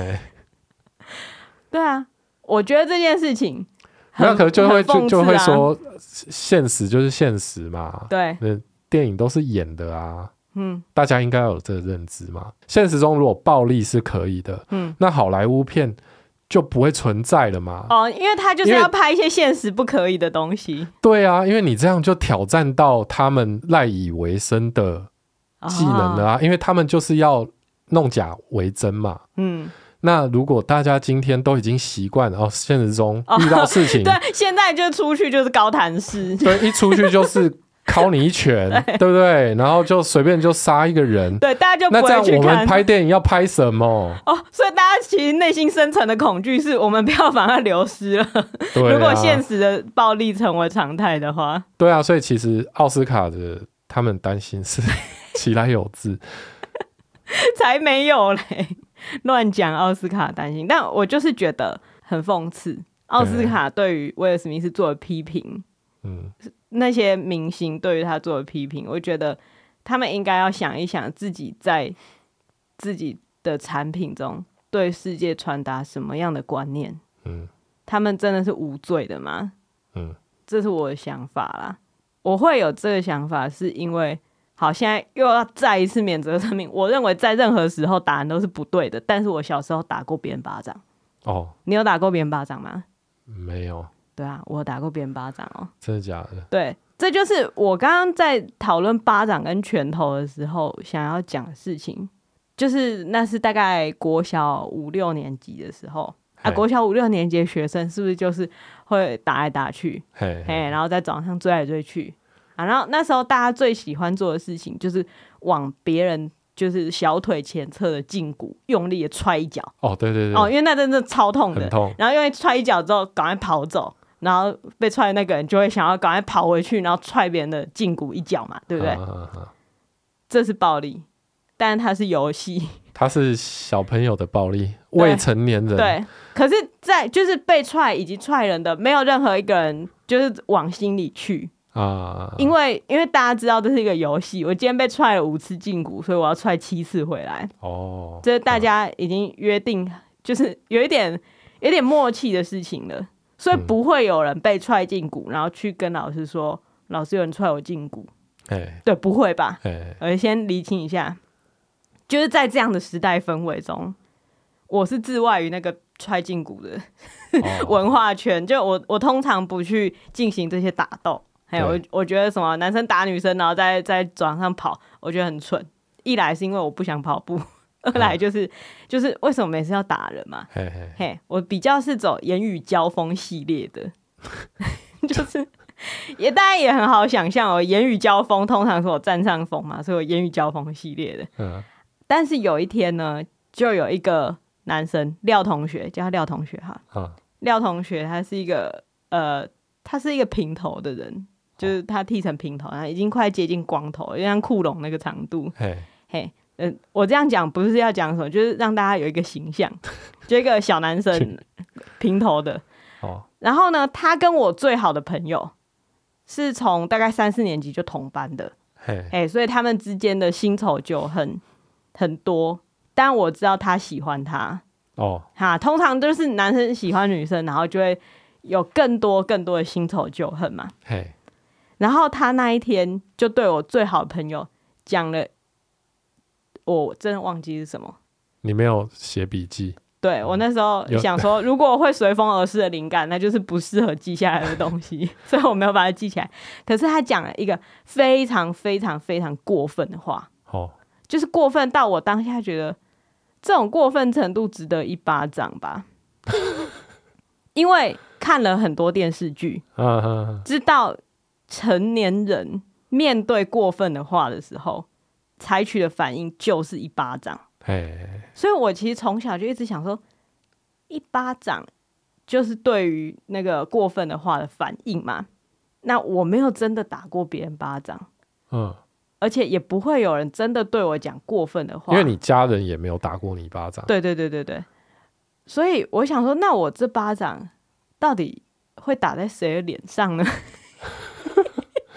A: 对啊，我觉得这件事情
B: 那可能就会说现实就是现实嘛，
A: 对，
B: 电影都是演的啊，大家应该有这个认知嘛。现实中如果暴力是可以的，那好莱坞片就不会存在了嘛。
A: 因为他就是要拍一些现实不可以的东西。
B: 对啊，因为你这样就挑战到他们赖以为生的技能了啊，因为他们就是要弄假为真嘛。那如果大家今天都已经习惯了，现实中遇到事情，
A: 对，现在就出去就是高谈式，
B: 对，一出去就是敲你一拳，对不对？然后就随便就杀一个人，
A: 对，大家就不会去看。
B: 那这样我们拍电影要拍什么？
A: 所以大家其实内心深层的恐惧是我们票房要流失了。
B: 对啊，
A: 如果现实的暴力成为常态的话，
B: 对啊，所以其实奥斯卡的他们担心是其来有自，
A: 才没有嘞。乱讲奥斯卡担心，但我就是觉得很讽刺。奥斯卡对于威尔史密斯做的批评，那些明星对于他做的批评，我觉得他们应该要想一想自己在自己的产品中对世界传达什么样的观念。他们真的是无罪的吗？这是我的想法啦。我会有这个想法是因为好，现在又要再一次免责声明。我认为在任何时候打人都是不对的，但是我小时候打过别人巴掌。你有打过别人巴掌吗？
B: 没有。
A: 对啊，我有打过别人巴掌
B: 真的假的？
A: 对，这就是我刚刚在讨论巴掌跟拳头的时候想要讲的事情，就是那是大概国小5-6年级的时候国小5-6年级的学生是不是就是会打来打去，然后在早上追来追去然后那时候大家最喜欢做的事情就是往别人就是小腿前侧的胫骨用力的踹一脚。
B: 对对对，
A: 因为那真的超痛的，
B: 很痛。
A: 然后因为踹一脚之后赶快跑走，然后被踹的那个人就会想要赶快跑回去，然后踹别人的胫骨一脚嘛，对不对？这是暴力，但它是游戏，
B: 它是小朋友的暴力，未成年人。
A: 对，可是在就是被踹以及踹人的没有任何一个人就是往心里去因为大家知道这是一个游戏，我今天被踹了5次胫骨，所以我要踹7次回来。这是大家已经约定，就是有一点默契的事情了，所以不会有人被踹胫骨然后去跟老师说老师有人踹我胫骨。对，不会吧？我先厘清一下，就是在这样的时代氛围中，我是自外于那个踹胫骨的文化圈，就我通常不去进行这些打斗。我觉得什么男生打女生然后在走廊上跑，我觉得很蠢。一来是因为我不想跑步，二来就是为什么每次要打人嘛？我比较是走言语交锋系列的就是大家也很好想象言语交锋通常是我占上风嘛，所以我言语交锋系列的。但是有一天呢，就有一个男生廖同学，叫他廖同学哈。廖同学他是一个平头的人，就是他剃成平头，然后已经快接近光头了，就像库龙那个长度。我这样讲不是要讲什么，就是让大家有一个形象，就一个小男生平头的。然后呢，他跟我最好的朋友是从大概3-4年级就同班的，所以他们之间的新仇旧恨很多。但我知道他喜欢他通常就是男生喜欢女生，然后就会有更多的新仇旧恨嘛。然后他那一天就对我最好的朋友讲了，我真的忘记是什么。
B: 你没有写笔记？对，
A: 我那时候想说，如果会随风而逝的灵感，那就是不适合记下来的东西，所以我没有把它记起来。可是他讲了一个非常非常非常过分的话，就是过分到我当下觉得这种过分程度值得一巴掌吧。因为看了很多电视剧，知道成年人面对过分的话的时候，采取的反应就是一巴掌。所以我其实从小就一直想说，一巴掌就是对于那个过分的话的反应嘛。那我没有真的打过别人巴掌，而且也不会有人真的对我讲过分的话，
B: 因为你家人也没有打过你巴掌。
A: 对，所以我想说，那我这巴掌到底会打在谁的脸上呢？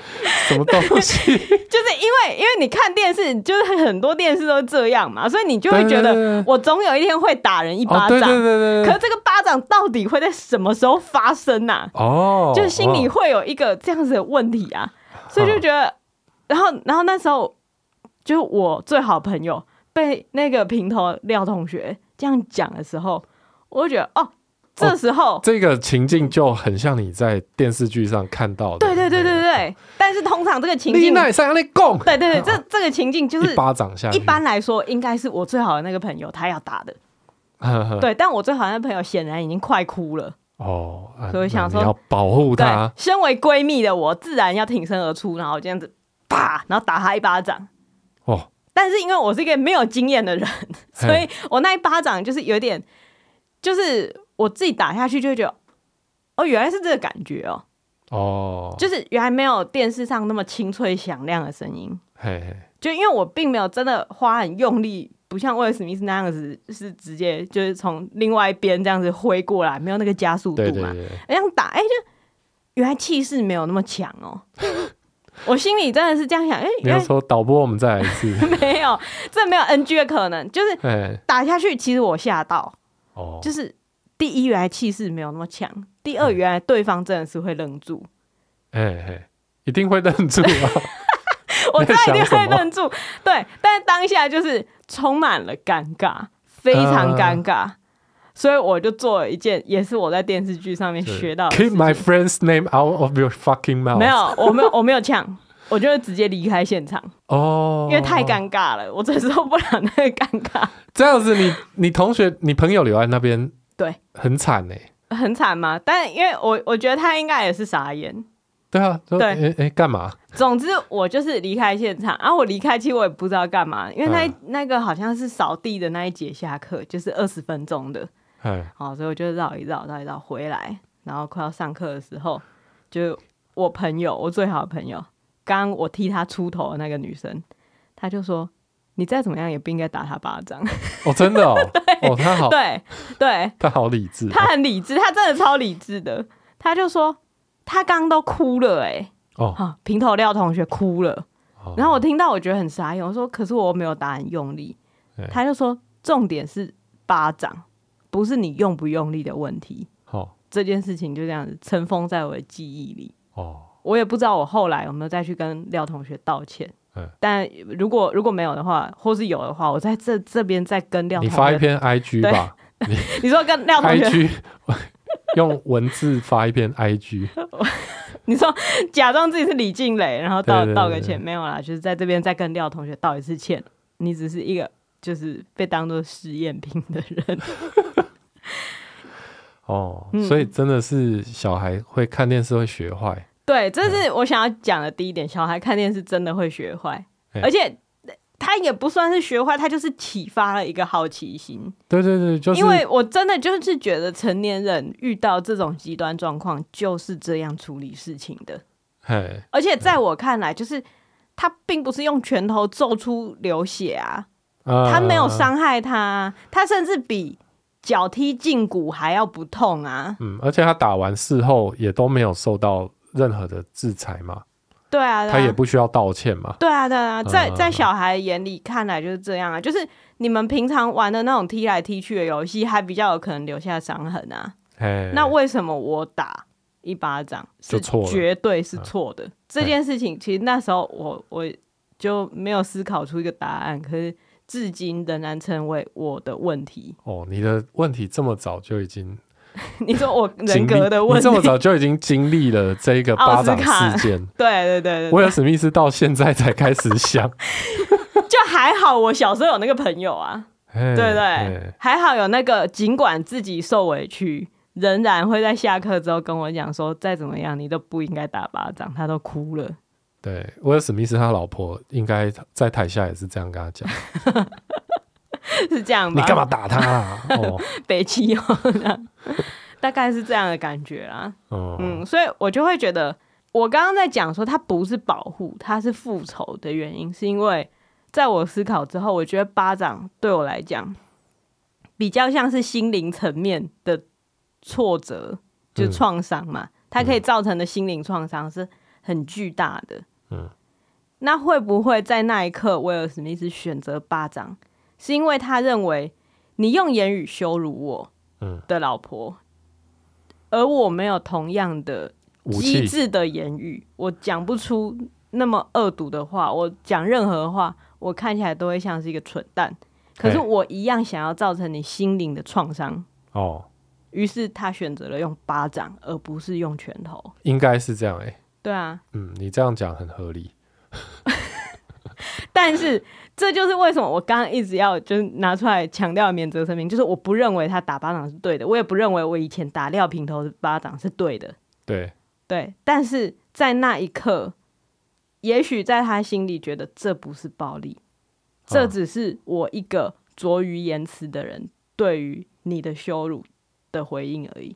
B: 什么东西？
A: 就是因为你看电视，就是很多电视都这样嘛，所以你就会觉得我总有一天会打人一巴掌。
B: 对。
A: 可是这个巴掌到底会在什么时候发生啊？就是心里会有一个这样子的问题啊，所以就觉得，然后那时候就我最好朋友被那个平头廖同学这样讲的时候，我就觉得这时候
B: 这个情境就很像你在电视剧上看到的。
A: 对。但是通常这个情境，对，这个情境就是
B: 一巴掌下去。
A: 一般来说，应该是我最好的那个朋友他要打的。对，但我最好的那个朋友显然已经快哭了。所以我想说
B: 你要保护他。
A: 身为闺蜜的我，自然要挺身而出，然后这样子啪，然后打他一巴掌。但是因为我是一个没有经验的人，所以我那一巴掌就是有点，就是我自己打下去就会觉得，原来是这个感觉就是原来没有电视上那么清脆响亮的声音。就因为我并没有真的花很用力，不像威尔史密斯那样子是直接就是从另外一边这样子挥过来，没有那个加速度嘛。这样打，就原来气势没有那么强我心里真的是这样想，
B: 你要说导播我们再来一次。
A: 没有，这没有 NG 的可能，就是打下去其实我吓到。就是第一原来气势没有那么强，第二原来对方真的是会愣住。
B: 一定会愣住
A: 我知道一定会愣住。对，但是当下就是充满了尴尬，非常尴尬。所以我就做了一件，也是我在电视剧上面学到的事情。
B: Keep my friend's name out of your fucking mouth。
A: 没有，我没有呛，我就直接离开现场。因为太尴尬了，我承受不了那个尴尬。
B: 这样子你同学你朋友留在那边，
A: 对，
B: 很惨
A: 很惨吗？但因为我觉得他应该也是傻眼。
B: 对啊，对，干嘛？
A: 总之我就是离开现场，然后我离开其实我也不知道干嘛，因为那个好像是扫地的那一节下课，就是20分钟的。所以我就绕一绕回来，然后快要上课的时候，就我最好的朋友，刚我替他出头的那个女生，她就说：“你再怎么样也不应该打他巴掌。”
B: 真的
A: 对
B: 他好，
A: 对，
B: 他好理智，
A: 他很理智，他真的超理智的。他就说他刚都哭了平头廖同学哭了。然后我听到我觉得很傻眼，我说：“可是我没有打很用力。”他就说：“重点是巴掌。”不是你用不用力的问题。这件事情就这样子尘封在我的记忆里。我也不知道我后来有没有再去跟廖同学道歉。但如果没有的话，或是有的话，我在这边再跟廖同学，
B: 你发一篇 IG 吧。
A: 你说跟廖同学
B: IG 用文字发一篇 IG。
A: 你说假装自己是李静蕾，然后道个歉。没有啦，就是在这边再跟廖同学道一次歉。你只是一个就是被当作实验品的人。
B: 所以真的是小孩会看电视会学坏。
A: 对，这是我想要讲的第一点，小孩看电视真的会学坏。而且他也不算是学坏，他就是启发了一个好奇心。
B: 对，就是
A: 因为我真的就是觉得成年人遇到这种极端状况就是这样处理事情的。而且在我看来，就是他并不是用拳头揍出流血他没有伤害他甚至比脚踢胫骨还要不痛
B: 而且他打完事后也都没有受到任何的制裁嘛。
A: 对啊，
B: 他也不需要道歉嘛。
A: 对啊，在小孩眼里看来就是这样就是你们平常玩的那种踢来踢去的游戏还比较有可能留下伤痕那为什么我打一巴掌是绝对是错的？这件事情其实那时候我就没有思考出一个答案，可是至今仍然成为我的问题。
B: 你的问题这么早就已经
A: 你说我人格的问题，
B: 你这么早就已经经历了这个巴掌事件。
A: 对，
B: 威尔史密斯到现在才开始想。
A: 就还好我小时候有那个朋友对，还好有那个尽管自己受委屈仍然会在下课之后跟我讲说再怎么样你都不应该打巴掌，他都哭了。
B: 对，威尔史密斯他老婆应该在台下也是这样跟他讲。
A: 是这样吧？
B: 你干嘛打他
A: 北七大概是这样的感觉啦。所以我就会觉得我刚刚在讲说他不是保护，他是复仇的原因是因为在我思考之后，我觉得巴掌对我来讲比较像是心灵层面的挫折，就是创伤嘛。它可以造成的心灵创伤是很巨大的。 那会不会在那一刻威尔史密斯选择巴掌，是因为他认为你用言语羞辱我的老婆，而我没有同样的机智的言语，我讲不出那么恶毒的话，我讲任何话我看起来都会像是一个蠢蛋，可是我一样想要造成你心灵的创伤于是他选择了用巴掌而不是用拳头，
B: 应该是这样
A: 对啊，
B: 你这样讲很合理
A: 但是这就是为什么我刚刚一直要就是拿出来强调免责声明，就是我不认为他打巴掌是对的，我也不认为我以前打廖平头的巴掌是对的，对，但是在那一刻也许在他心里觉得这不是暴力，这只是我一个拙于言辞的人对于你的羞辱的回应而已。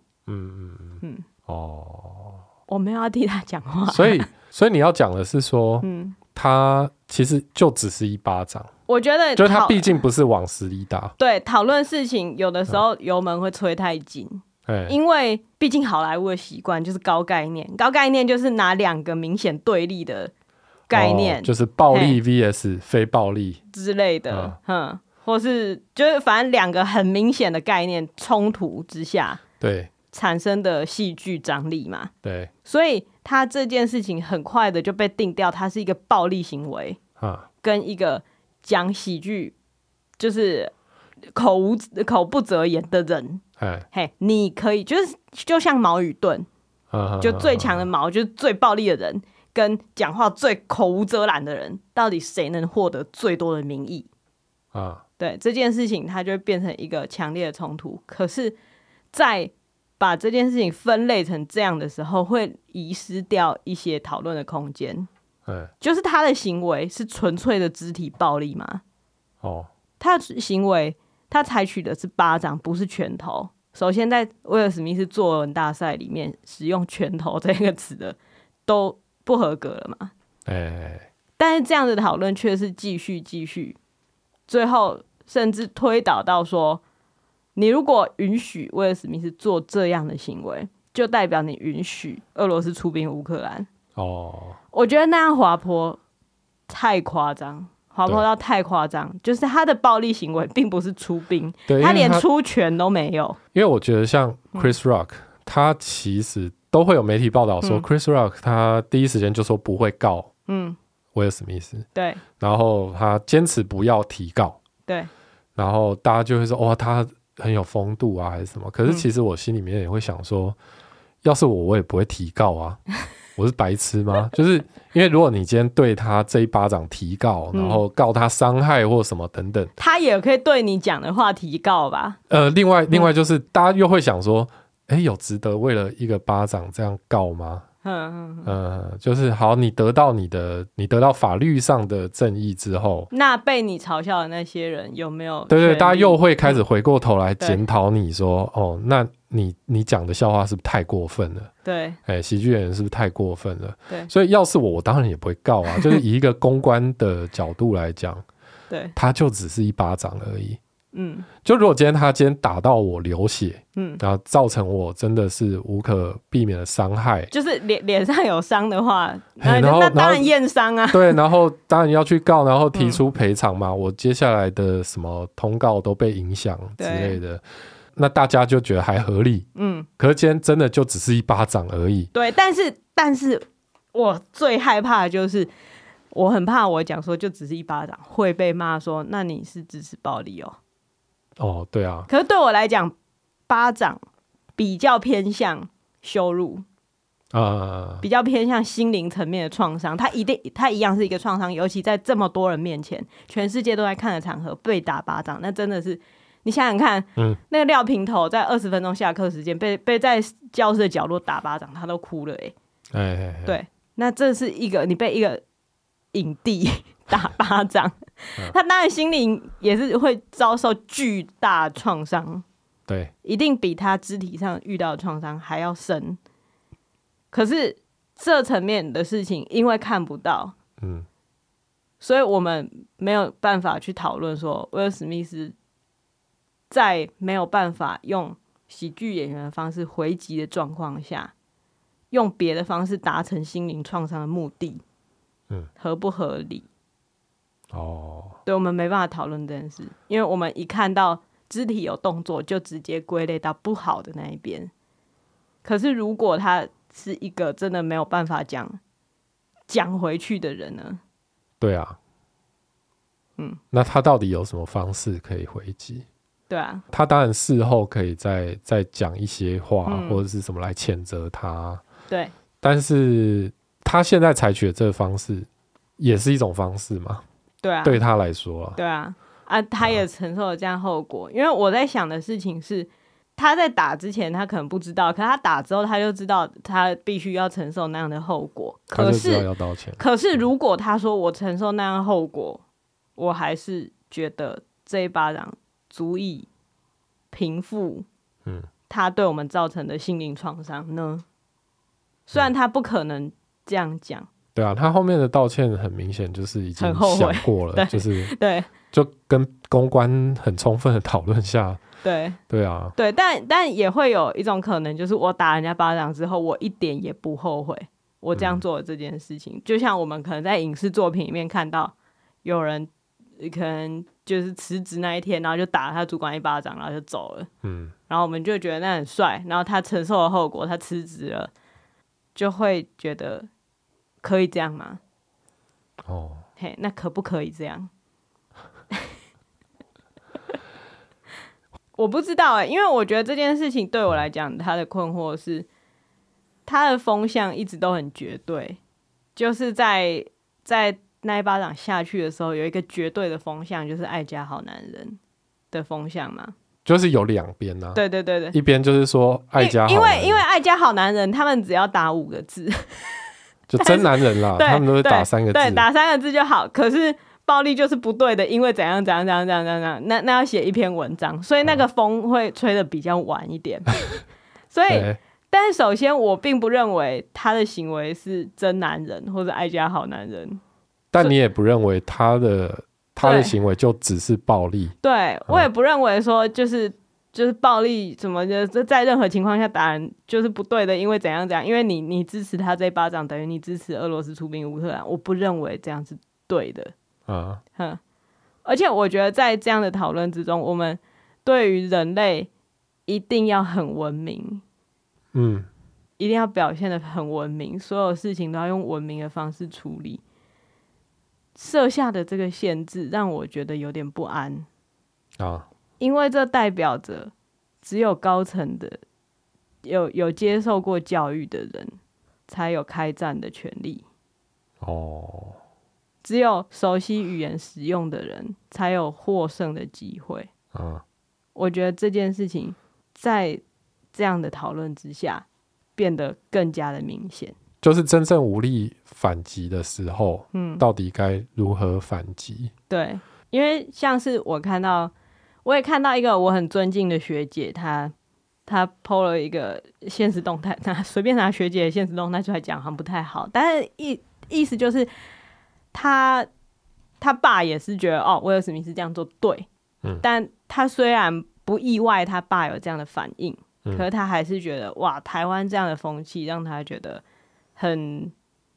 A: 我没有要替他讲话，
B: 所以你要讲的是说他其实就只是一巴掌，
A: 我觉得
B: 就是他毕竟不是往死里打。
A: 对，讨论事情有的时候油门会吹太紧，因为毕竟好莱坞的习惯就是高概念，高概念就是拿两个明显对立的概念，
B: 就是暴力 vs 非暴力
A: 之类的，或是就是反正两个很明显的概念冲突之下，
B: 对，
A: 产生的戏剧张力嘛，
B: 对，
A: 所以他这件事情很快的就被定调，它是一个暴力行为，跟一个讲喜剧就是口不择言的人，你可以就像矛与盾，就最强的矛就是最暴力的人，跟讲话最口无遮拦的人，到底谁能获得最多的民意？对这件事情，它就会变成一个强烈的冲突。可是，在把这件事情分类成这样的时候，会遗失掉一些讨论的空间。就是他的行为是纯粹的肢体暴力吗？他的行为，他采取的是巴掌，不是拳头。首先，在威尔史密斯作文大赛里面，使用拳头这个词的都不合格了嘛？但是这样的讨论却是继续，最后甚至推导到说，你如果允许威尔史密斯做这样的行为，就代表你允许俄罗斯出兵乌克兰。我觉得那样滑坡太夸张，滑坡到太夸张，就是他的暴力行为并不是出兵，他连出拳都没有。因
B: 为我觉得像 Chris Rock，他其实都会有媒体报道说，Chris Rock 他第一时间就说不会告威尔史密斯，
A: 对，
B: 然后他坚持不要提告，
A: 对，
B: 然后大家就会说哇，他很有风度啊，还是什么？可是其实我心里面也会想说，要是我也不会提告啊，我是白痴吗？就是因为如果你今天对他这一巴掌提告，然后告他伤害或什么等等，
A: 他也可以对你讲的话提告吧？
B: 另外就是大家又会想说，有值得为了一个巴掌这样告吗？就是好，你得到法律上的正义之后，那
A: 被你嘲笑的那些人有没有？
B: 对，大家又会开始回过头来检讨你说，那你讲的笑话是不是太过分了？
A: 对，
B: 喜剧演员是不是太过分了？
A: 对，
B: 所以要是我当然也不会告啊，就是以一个公关的角度来讲，
A: 对，
B: 他就只是一巴掌而已。就如果他今天打到我流血，然后造成我真的是无可避免的伤害，
A: 就是脸上有伤的话，那当然验伤啊。
B: 对，然后当然要去告，然后提出赔偿嘛。我接下来的什么通告都被影响之类的，那大家就觉得还合理。可是今天真的就只是一巴掌而已。
A: 对，但是我最害怕的就是，我很怕我讲说就只是一巴掌会被骂说，那你是支持暴力哦。
B: 对啊。
A: 可是对我来讲，巴掌比较偏向羞辱，比较偏向心灵层面的创伤。它一样是一个创伤，尤其在这么多人面前，全世界都在看的场合被打巴掌，那真的是你想想看，那个廖平头在20分钟下课时间被在教室的角落打巴掌，他都哭了对，那这是一个你被一个影帝打巴掌，他当然心灵也是会遭受巨大创伤，
B: 对，
A: 一定比他肢体上遇到的创伤还要深。可是这层面的事情，因为看不到，所以我们没有办法去讨论说，威尔史密斯在没有办法用喜剧演员的方式回击的状况下，用别的方式达成心灵创伤的目的。 合不合理？对，我们没办法讨论这件事，因为我们一看到肢体有动作，就直接归类到不好的那一边。可是如果他是一个真的没有办法讲回去的人呢？
B: 对啊，那他到底有什么方式可以回击？
A: 对啊，
B: 他当然事后可以再讲一些话，或者是什么来谴责他。
A: 对，
B: 但是他现在采取的这个方式，也是一种方式嘛？
A: 对啊，
B: 对他来说啊，
A: 对啊，他也承受了这样后果。因为我在想的事情是，他在打之前他可能不知道，可他打之后他就知道他必须要承受那样的后果。
B: 他就知道要道歉。
A: 可是如果他说我承受那样的后果，我还是觉得这一巴掌足以平复他对我们造成的心灵创伤呢？虽然他不可能这样讲。
B: 对啊，他后面的道歉很明显就是已经想过了，就是
A: 对，
B: 就跟公关很充分的讨论下，对啊，
A: 对，但也会有一种可能，就是我打人家巴掌之后，我一点也不后悔我这样做的这件事情。就像我们可能在影视作品里面看到有人可能就是辞职那一天，然后就打了他主管一巴掌，然后就走了，然后我们就觉得那很帅，然后他承受了后果，他辞职了，就会觉得可以这样吗？嘿，那可不可以这样？我不知道因为我觉得这件事情对我来讲，他的困惑是他的风向一直都很绝对，就是在那一巴掌下去的时候，有一个绝对的风向，就是爱家好男人的风向嘛，
B: 就是有两边啊。
A: 对对对对，
B: 一边就是说爱家好男人，
A: 因为爱家好男人，他们只要打5个字。
B: 就真男人啦，他们都是打3个字，
A: 对，打3个字就好。可是暴力就是不对的，因为怎样怎样怎样怎样怎样，那要写一篇文章，所以那个风会吹得比较晚一点。所以，但是首先我并不认为他的行为是真男人或者爱家好男人，
B: 但你也不认为他的行为就只是暴力。
A: 对，我也不认为说就是暴力什么的，在任何情况下打人就是不对的，因为怎样怎样，因为你支持他这一巴掌，等于你支持俄罗斯出兵乌克兰，我不认为这样是对的。而且我觉得在这样的讨论之中，我们对于人类一定要很文明，一定要表现得很文明，所有事情都要用文明的方式处理。设下的这个限制让我觉得有点不安因为这代表着只有高层的有接受过教育的人才有开战的权利只有熟悉语言使用的人才有获胜的机会我觉得这件事情在这样的讨论之下变得更加的明显，
B: 就是真正无力反击的时候到底该如何反击。
A: 对，因为像是我也看到一个我很尊敬的学姐，她 po 了一个限时动态，随便拿学姐的限时动态出来讲好像不太好，但是意思就是他爸也是觉得威尔史密斯这样做对但他虽然不意外他爸有这样的反应可是他还是觉得哇，台湾这样的风气让他觉得很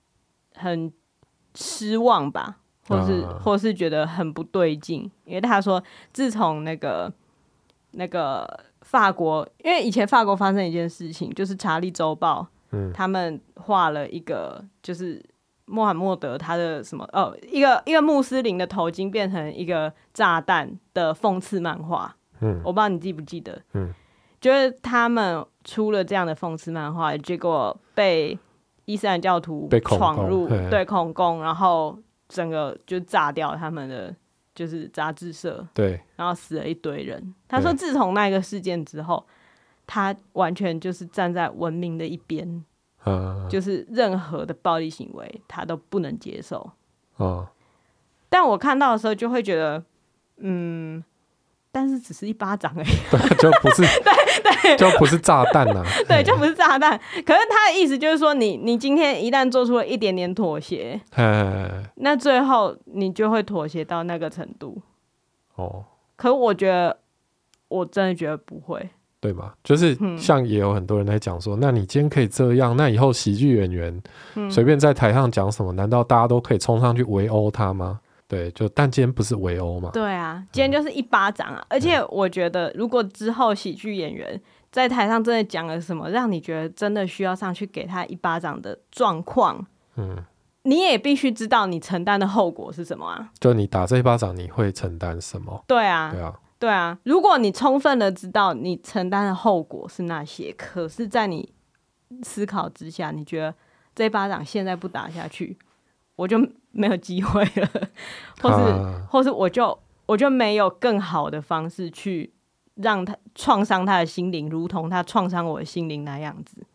A: 失望吧，或是觉得很不对劲，因为他说自从那个法国，因为以前法国发生一件事情，就是《查理周报》他们画了一个就是穆罕默德他的什么一个穆斯林的头巾变成一个炸弹的讽刺漫画我不知道你记不记得就是他们出了这样的讽刺漫画，结果被伊斯兰教徒闯入对恐攻，然后整个就炸掉他们的就是杂志社，
B: 对，
A: 然后死了一堆人。他说自从那个事件之后他完全就是站在文明的一边就是任何的暴力行为他都不能接受但我看到的时候就会觉得但是只是一巴掌而已
B: 对，就不是对，就不是炸弹
A: 对，就不是炸弹。可是他的意思就是说你今天一旦做出了一点点妥协那最后你就会妥协到那个程度可是我觉得我真的觉得不会
B: 对吗？就是像也有很多人在讲说，那你今天可以这样，那以后喜剧演员随便在台上讲什么，难道大家都可以冲上去围殴他吗？对，但今天不是围殴嘛？
A: 对啊，今天就是一巴掌啊！而且我觉得，如果之后喜剧演员在台上真的讲了什么，让你觉得真的需要上去给他一巴掌的状况，你也必须知道你承担的后果是什么啊！
B: 就你打这一巴掌，你会承担什么？
A: 对啊，对啊，对啊！如果你充分的知道你承担的后果是那些，可是在你思考之下，你觉得这一巴掌现在不打下去，我就没有机会了，或是我就没有更好的方式去让他创伤他的心灵，如同他创伤我的心灵那样子。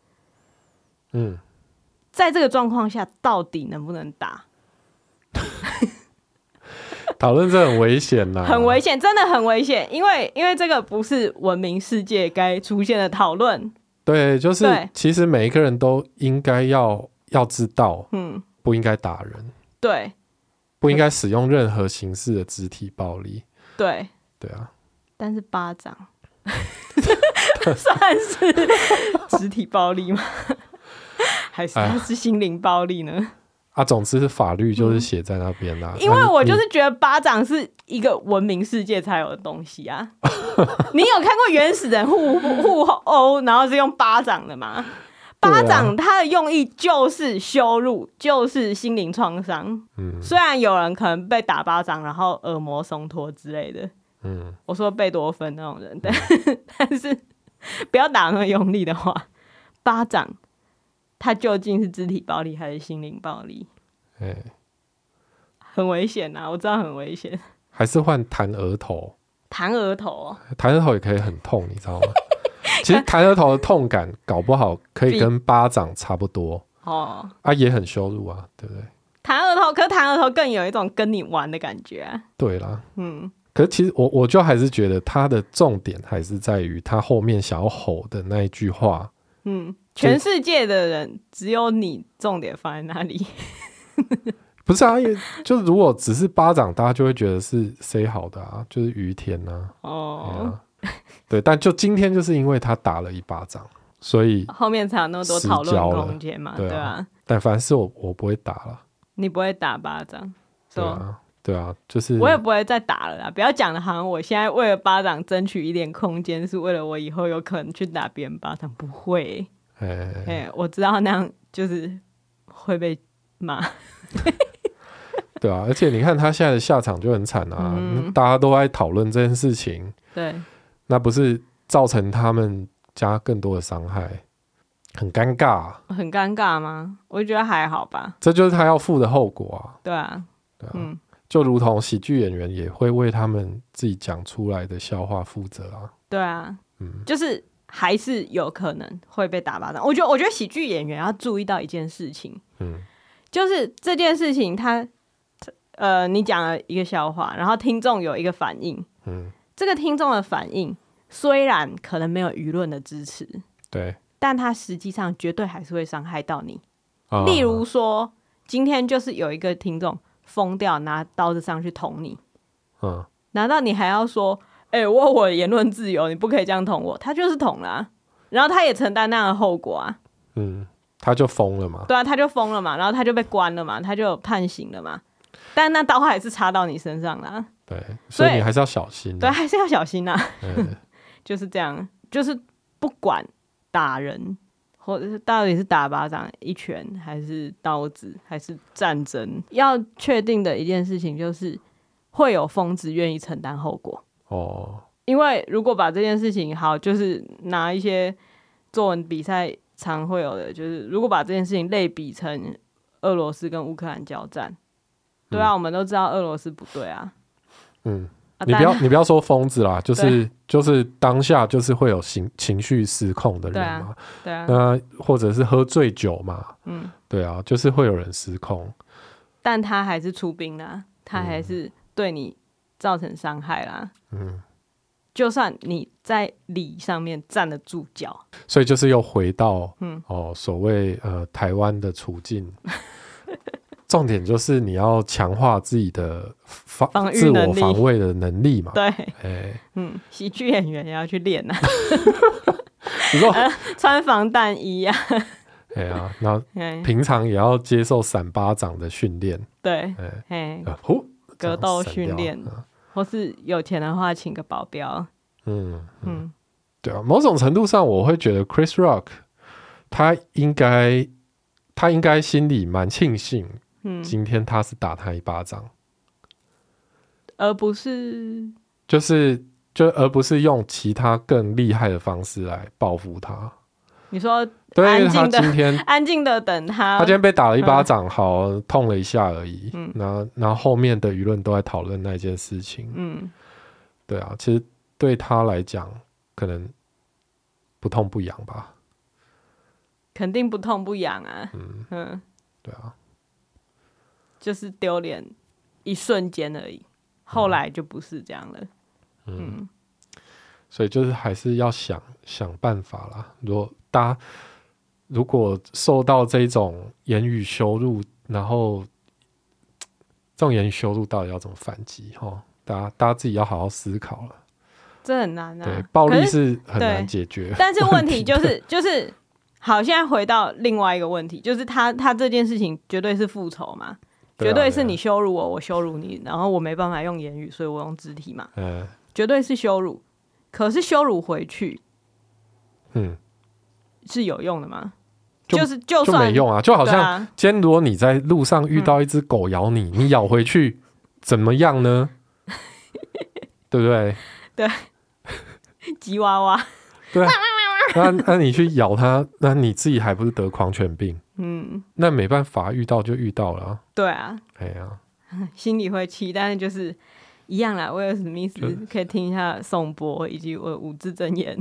A: 在这个状况下，到底能不能打？
B: 讨论这很危险呐，
A: 很危险，真的很危险，因为这个不是文明世界该出现的讨论。
B: 对，就是其实每一个人都应该要知道，不应该打人。对，不应该使用任何形式的肢体暴力。对，对啊。
A: 但是巴掌算是肢体暴力吗？还是它是心灵暴力呢？
B: 总之是法律就是写在那边啦。
A: 因为我就是觉得巴掌是一个文明世界才有的东西啊。你有看过原始人互殴，然后是用巴掌的吗？巴掌它的用意就是羞辱，就是心灵创伤。虽然有人可能被打巴掌然后耳膜松脱之类的，我说贝多芬那种人，但是不要打那么用力的话，巴掌它究竟是肢体暴力还是心灵暴力？很危险啊，我知道很危险。
B: 还是换弹额头？
A: 弹额头
B: 弹额头也可以很痛，你知道吗？其实弹额头的痛感搞不好可以跟巴掌差不多也很羞辱啊，对不对？
A: 弹额头，可是弹额头更有一种跟你玩的感觉啊。
B: 对啦，可是其实我就还是觉得他的重点还是在于他后面想要吼的那一句话。
A: 全世界的人只有你重点放在哪里？
B: 不是啊，因为就如果只是巴掌，大家就会觉得是谁好的啊，就是于天啊。对，但就今天就是因为他打了一巴掌，所以
A: 后面才有那么多讨论空间嘛，对啊。
B: 但凡是我不会打了。
A: 你不会打巴掌？
B: 对啊，就是
A: 我也不会再打了啦。不要讲的好像我现在为了巴掌争取一点空间，是为了我以后有可能去打别人巴掌，不会。我知道那样就是会被骂。
B: 对啊，而且你看他现在的下场就很惨啊，大家都在讨论这件事情，对，那不是造成他们家更多的伤害，很尴尬
A: 很尴尬吗？我觉得还好吧，
B: 这就是他要负的后果啊。
A: 对啊，
B: 就如同喜剧演员也会为他们自己讲出来的笑话负责啊。
A: 对啊，就是还是有可能会被打巴掌。我觉得喜剧演员要注意到一件事情，就是这件事情你讲了一个笑话，然后听众有一个反应，这个听众的反应虽然可能没有舆论的支持，对，但他实际上绝对还是会伤害到你。例如说，今天就是有一个听众疯掉，拿刀子上去捅你，难道你还要说，我的言论自由，你不可以这样捅我？他就是捅了然后他也承担那样的后果啊。
B: 他就疯了嘛。
A: 对啊，他就疯了嘛，然后他就被关了嘛，他就判刑了嘛。但那刀还是插到你身上啦。
B: 对，所以你还是要小心。
A: 对，还是要小心啊。就是这样，就是不管打人，或者是到底是打巴掌、一拳，还是刀子，还是战争，要确定的一件事情就是会有疯子愿意承担后果。因为如果把这件事情就是拿一些作文比赛常会有的，就是如果把这件事情类比成俄罗斯跟乌克兰交战。对啊，我们都知道俄罗斯不对啊。
B: 你不要说疯子啦，就是当下就是会有情绪失控的人嘛。对啊，那或者是喝醉酒嘛。对啊，就是会有人失控。
A: 但他还是出兵啦，他还是对你造成伤害啦。就算你在理上面站得住脚，
B: 所以就是又回到所谓台湾的处境。重点就是你要强化自己的自我防卫的能力嘛。
A: 对，喜剧演员也要去练啊。
B: 你说
A: 穿防弹衣啊，
B: 哎呀，然后平常也要接受闪巴掌的训练，
A: 对，格斗训练，或是有钱的话请个保镖。
B: 对啊，某种程度上我会觉得 Chris Rock 他应该心里蛮庆幸，今天他是打他一巴掌，
A: 而不是
B: 而不是用其他更厉害的方式来报复他。
A: 你说
B: 对，他今天
A: 安静的等他
B: 今天被打了一巴掌，好痛了一下而已。然后后面的舆论都在讨论那件事情。对啊，其实对他来讲，可能不痛不痒吧。
A: 肯定不痛不痒啊。
B: 对啊，
A: 就是丢脸一瞬间而已，后来就不是这样了。
B: 所以就是还是要想办法啦。如果受到这种言语羞辱，然后这种言语羞辱到底要怎么反击？大家自己要好好思考了。
A: 这很难啊。对，
B: 暴力是很难解决。
A: 但是问题就是好，现在回到另外一个问题，就是他这件事情绝对是复仇嘛，绝对是你羞辱我，我羞辱你，然后我没办法用言语，所以我用肢体嘛，绝对是羞辱。可是羞辱回去，是有用的吗？就算
B: 没用啊，就好像今天如果你在路上遇到一只狗咬你，你咬回去怎么样呢？对不对？
A: 对，吉娃娃。
B: 对，那你去咬它，那你自己还不是得狂犬病？那没办法，遇到就遇到了啊。
A: 对啊，
B: 哎呀，
A: 心里会气，但是就是一样啦。威尔史密斯可以听一下颂钵以及我的五字真言，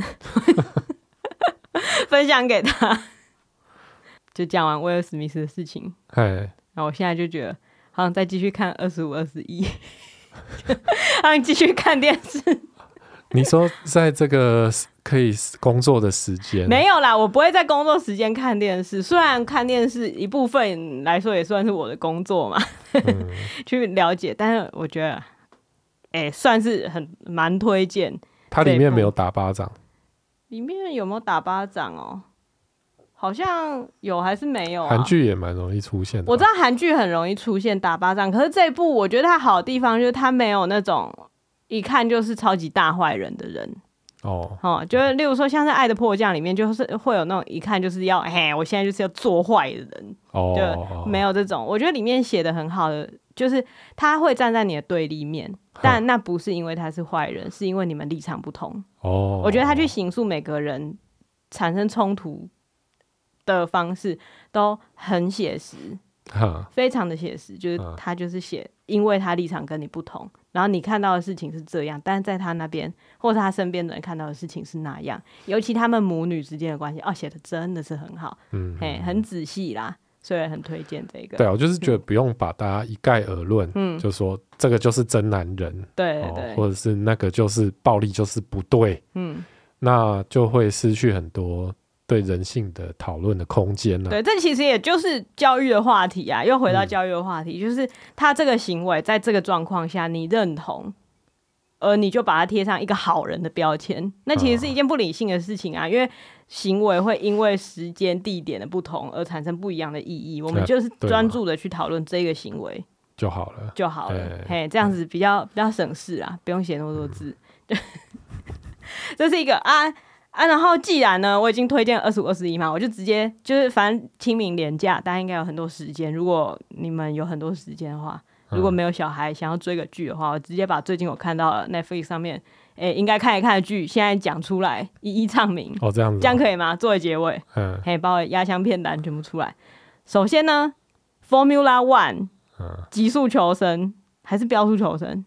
A: 分享给他。就讲完威尔史密斯的事情，然后我现在就觉得好像再继续看25、21，好像继续看电视。
B: 你说在这个可以工作的时间？
A: 没有啦，我不会在工作时间看电视。虽然看电视一部分来说也算是我的工作嘛，去了解，但是我觉得，算是蛮推荐。
B: 它里面没有打巴掌？
A: 里面有没有打巴掌哦？好像有还是没有啊？
B: 韩剧也蛮容易出现的。
A: 我知道韩剧很容易出现打巴掌，可是这一部我觉得它好的地方就是它没有那种一看就是超级大坏人的人。就是例如说像是《爱的迫降》里面，就是会有那种一看就是要我现在就是要做坏的人，就没有这种。我觉得里面写的很好的，就是他会站在你的对立面，但那不是因为他是坏人，是因为你们立场不同。我觉得他去形塑每个人产生冲突的方式都很写实，非常的写实。就是他就是写，因为他立场跟你不同，然后你看到的事情是这样，但是在他那边或是他身边的人看到的事情是那样。尤其他们母女之间的关系，写的真的是很好，很仔细啦，所以很推荐这个。
B: 对，我就是觉得不用把大家一概而论，就说这个就是真男人，
A: 对，
B: 或者是那个就是暴力就是不对，那就会失去很多对人性的讨论的空间了。
A: 对，这其实也就是教育的话题啊，又回到教育的话题，就是他这个行为在这个状况下你认同，而你就把它贴上一个好人的标签，那其实是一件不理性的事情啊，因为行为会因为时间地点的不同而产生不一样的意义，我们就是专注的去讨论这个行为就好了，这样子比较省事啊，不用写那么多字。这是一个然后既然呢我已经推荐25、21嘛，我就直接就是反正清明连假大家应该有很多时间，如果你们有很多时间的话，如果没有小孩想要追个剧的话，我直接把最近我看到的 Netflix 上面应该看一看的剧现在讲出来，一一唱名。
B: 这样子
A: 这样可以吗？作为结尾，把我压箱片单全部出来。首先呢 Formula One 极速求生还是标速求生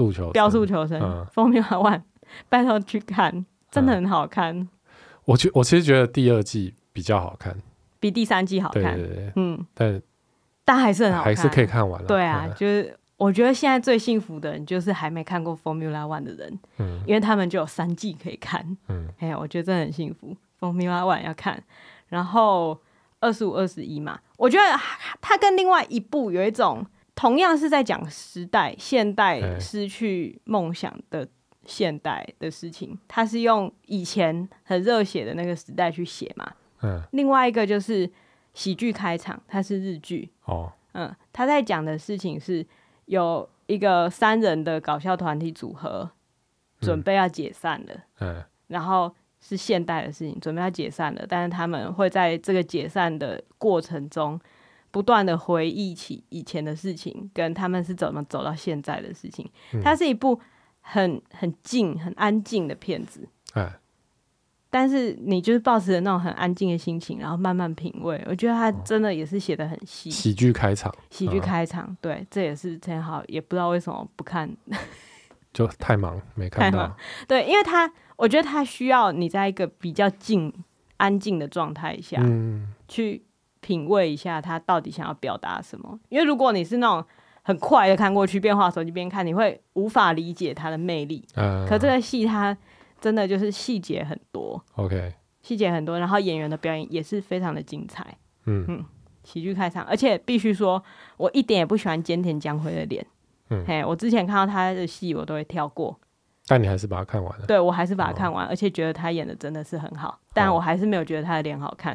A: Formula One 拜托去看，真的很好看。
B: 我其实觉得第二季比较好看，
A: 比第3季好看。
B: 对，
A: 但还是很好看，
B: 还是可以看完了。
A: 对啊，就是我觉得现在最幸福的人就是还没看过 Formula One 的人，因为他们就有3季可以看。我觉得真的很幸福。Formula One 要看，然后25、21嘛，我觉得它跟另外一部有一种同样是在讲时代现代失去梦想的现代的事情，他是用以前很热血的那个时代去写嘛。另外一个就是喜剧开场，它是日剧。他在讲的事情是有一个3人的搞笑团体组合准备要解散了，然后是现代的事情，准备要解散了，但是他们会在这个解散的过程中不断的回忆起以前的事情，跟他们是怎么走到现在的事情。它是一部很静、很安静的片子，但是你就是抱持着那种很安静的心情，然后慢慢品味。我觉得他真的也是写得很细。
B: 喜剧开场，
A: 对，这也是陈好，也不知道为什么不看，
B: 就太忙没看到。
A: 对，因为我觉得他需要你在一个比较安静的状态下，去品味一下他到底想要表达什么。因为如果你是那种很快的看过去，边滑手机边看，你会无法理解他的魅力。可这个戏它真的就是细节很多 ，OK， 细节很多，然后演员的表演也是非常的精彩。喜剧开场，而且必须说，我一点也不喜欢菅田将晖的脸。我之前看到他的戏，我都会跳过。
B: 但你还是把它看完了？
A: 对，我还是把它看完，而且觉得他演的真的是很好，但我还是没有觉得他的脸好看。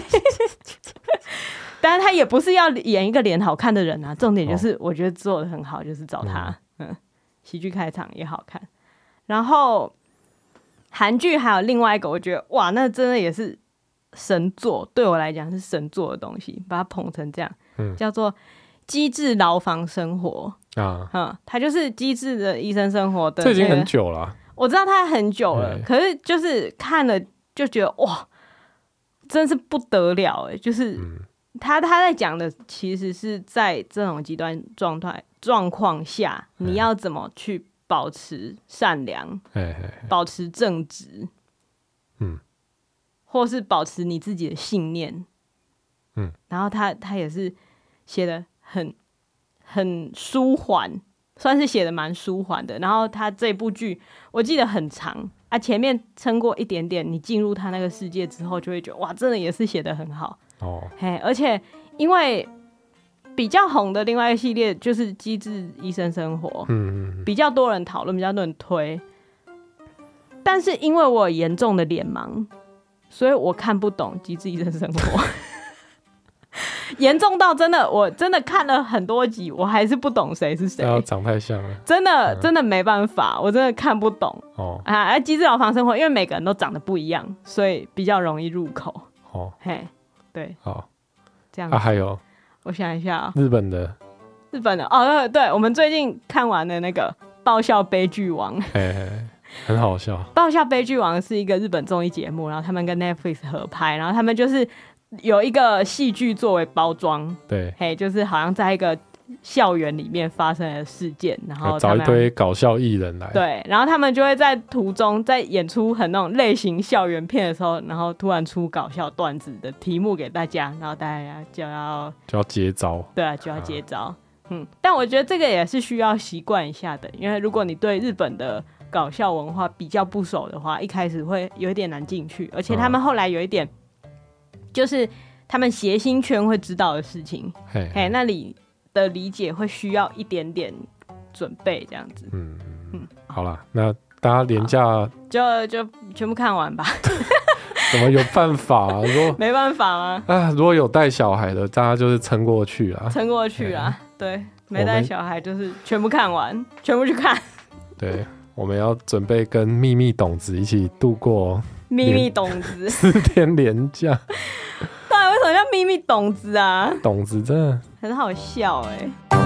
A: 但是他也不是要演一个脸好看的人啊，重点就是我觉得做的很好，就是找他。喜剧开场也好看，然后韩剧还有另外一个，我觉得哇，那真的也是神作，对我来讲是神作的东西，把它捧成这样，叫做《机智牢房生活》它就是《机智的医生生活》的、这
B: 已经很久了，
A: 我知道它很久了，可是就是看了就觉得哇，真是不得了就是他在讲的其实是在这种极端状况下，你要怎么去保持善良，保持正直，或是保持你自己的信念，然后他也是写的很舒缓，算是写的蛮舒缓的。然后他这部剧我记得很长啊，前面撑过一点点，你进入他那个世界之后，就会觉得哇，真的也是写的很好而且因为比较红的另外一个系列就是《机智医生生活》，比较多人讨论，比较多人推。但是因为我有严重的脸盲，所以我看不懂《机智医生生活》。严重到我真的看了很多集，我还是不懂谁是谁，
B: 长太像了，
A: 真的没办法，我真的看不懂机智牢房生活，因为每个人都长得不一样，所以比较容易入口嘿，对，这样
B: 还有
A: 我想一下
B: 日本的
A: 对，我们最近看完的那个爆笑悲剧王
B: 很好笑。
A: 爆笑悲剧王是一个日本综艺节目，然后他们跟 Netflix 合拍，然后他们就是有一个戏剧作为包装，对，就是好像在一个校园里面发生的事件，然后
B: 找一堆搞笑艺人来，
A: 对，然后他们就会在途中在演出很那种类型校园片的时候，然后突然出搞笑段子的题目给大家，然后大家就要接招，对啊，就要接招。但我觉得这个也是需要习惯一下的，因为如果你对日本的搞笑文化比较不熟的话，一开始会有一点难进去，而且他们后来有一点就是他们谐星圈会知道的事情，那里的理解会需要一点点准备，这样子。
B: 好啦，那大家连假
A: 就全部看完吧。
B: 怎么有办法
A: 没办法吗？
B: 如果有带小孩的，大家就是撑过去啊，
A: 对，没带小孩就是全部看完，全部去看。对，
B: 我们要准备跟秘密董子一起度过
A: 秘密董子
B: 4天连假。
A: 到底为什么叫秘密董子啊？
B: 董子真的
A: 很好笑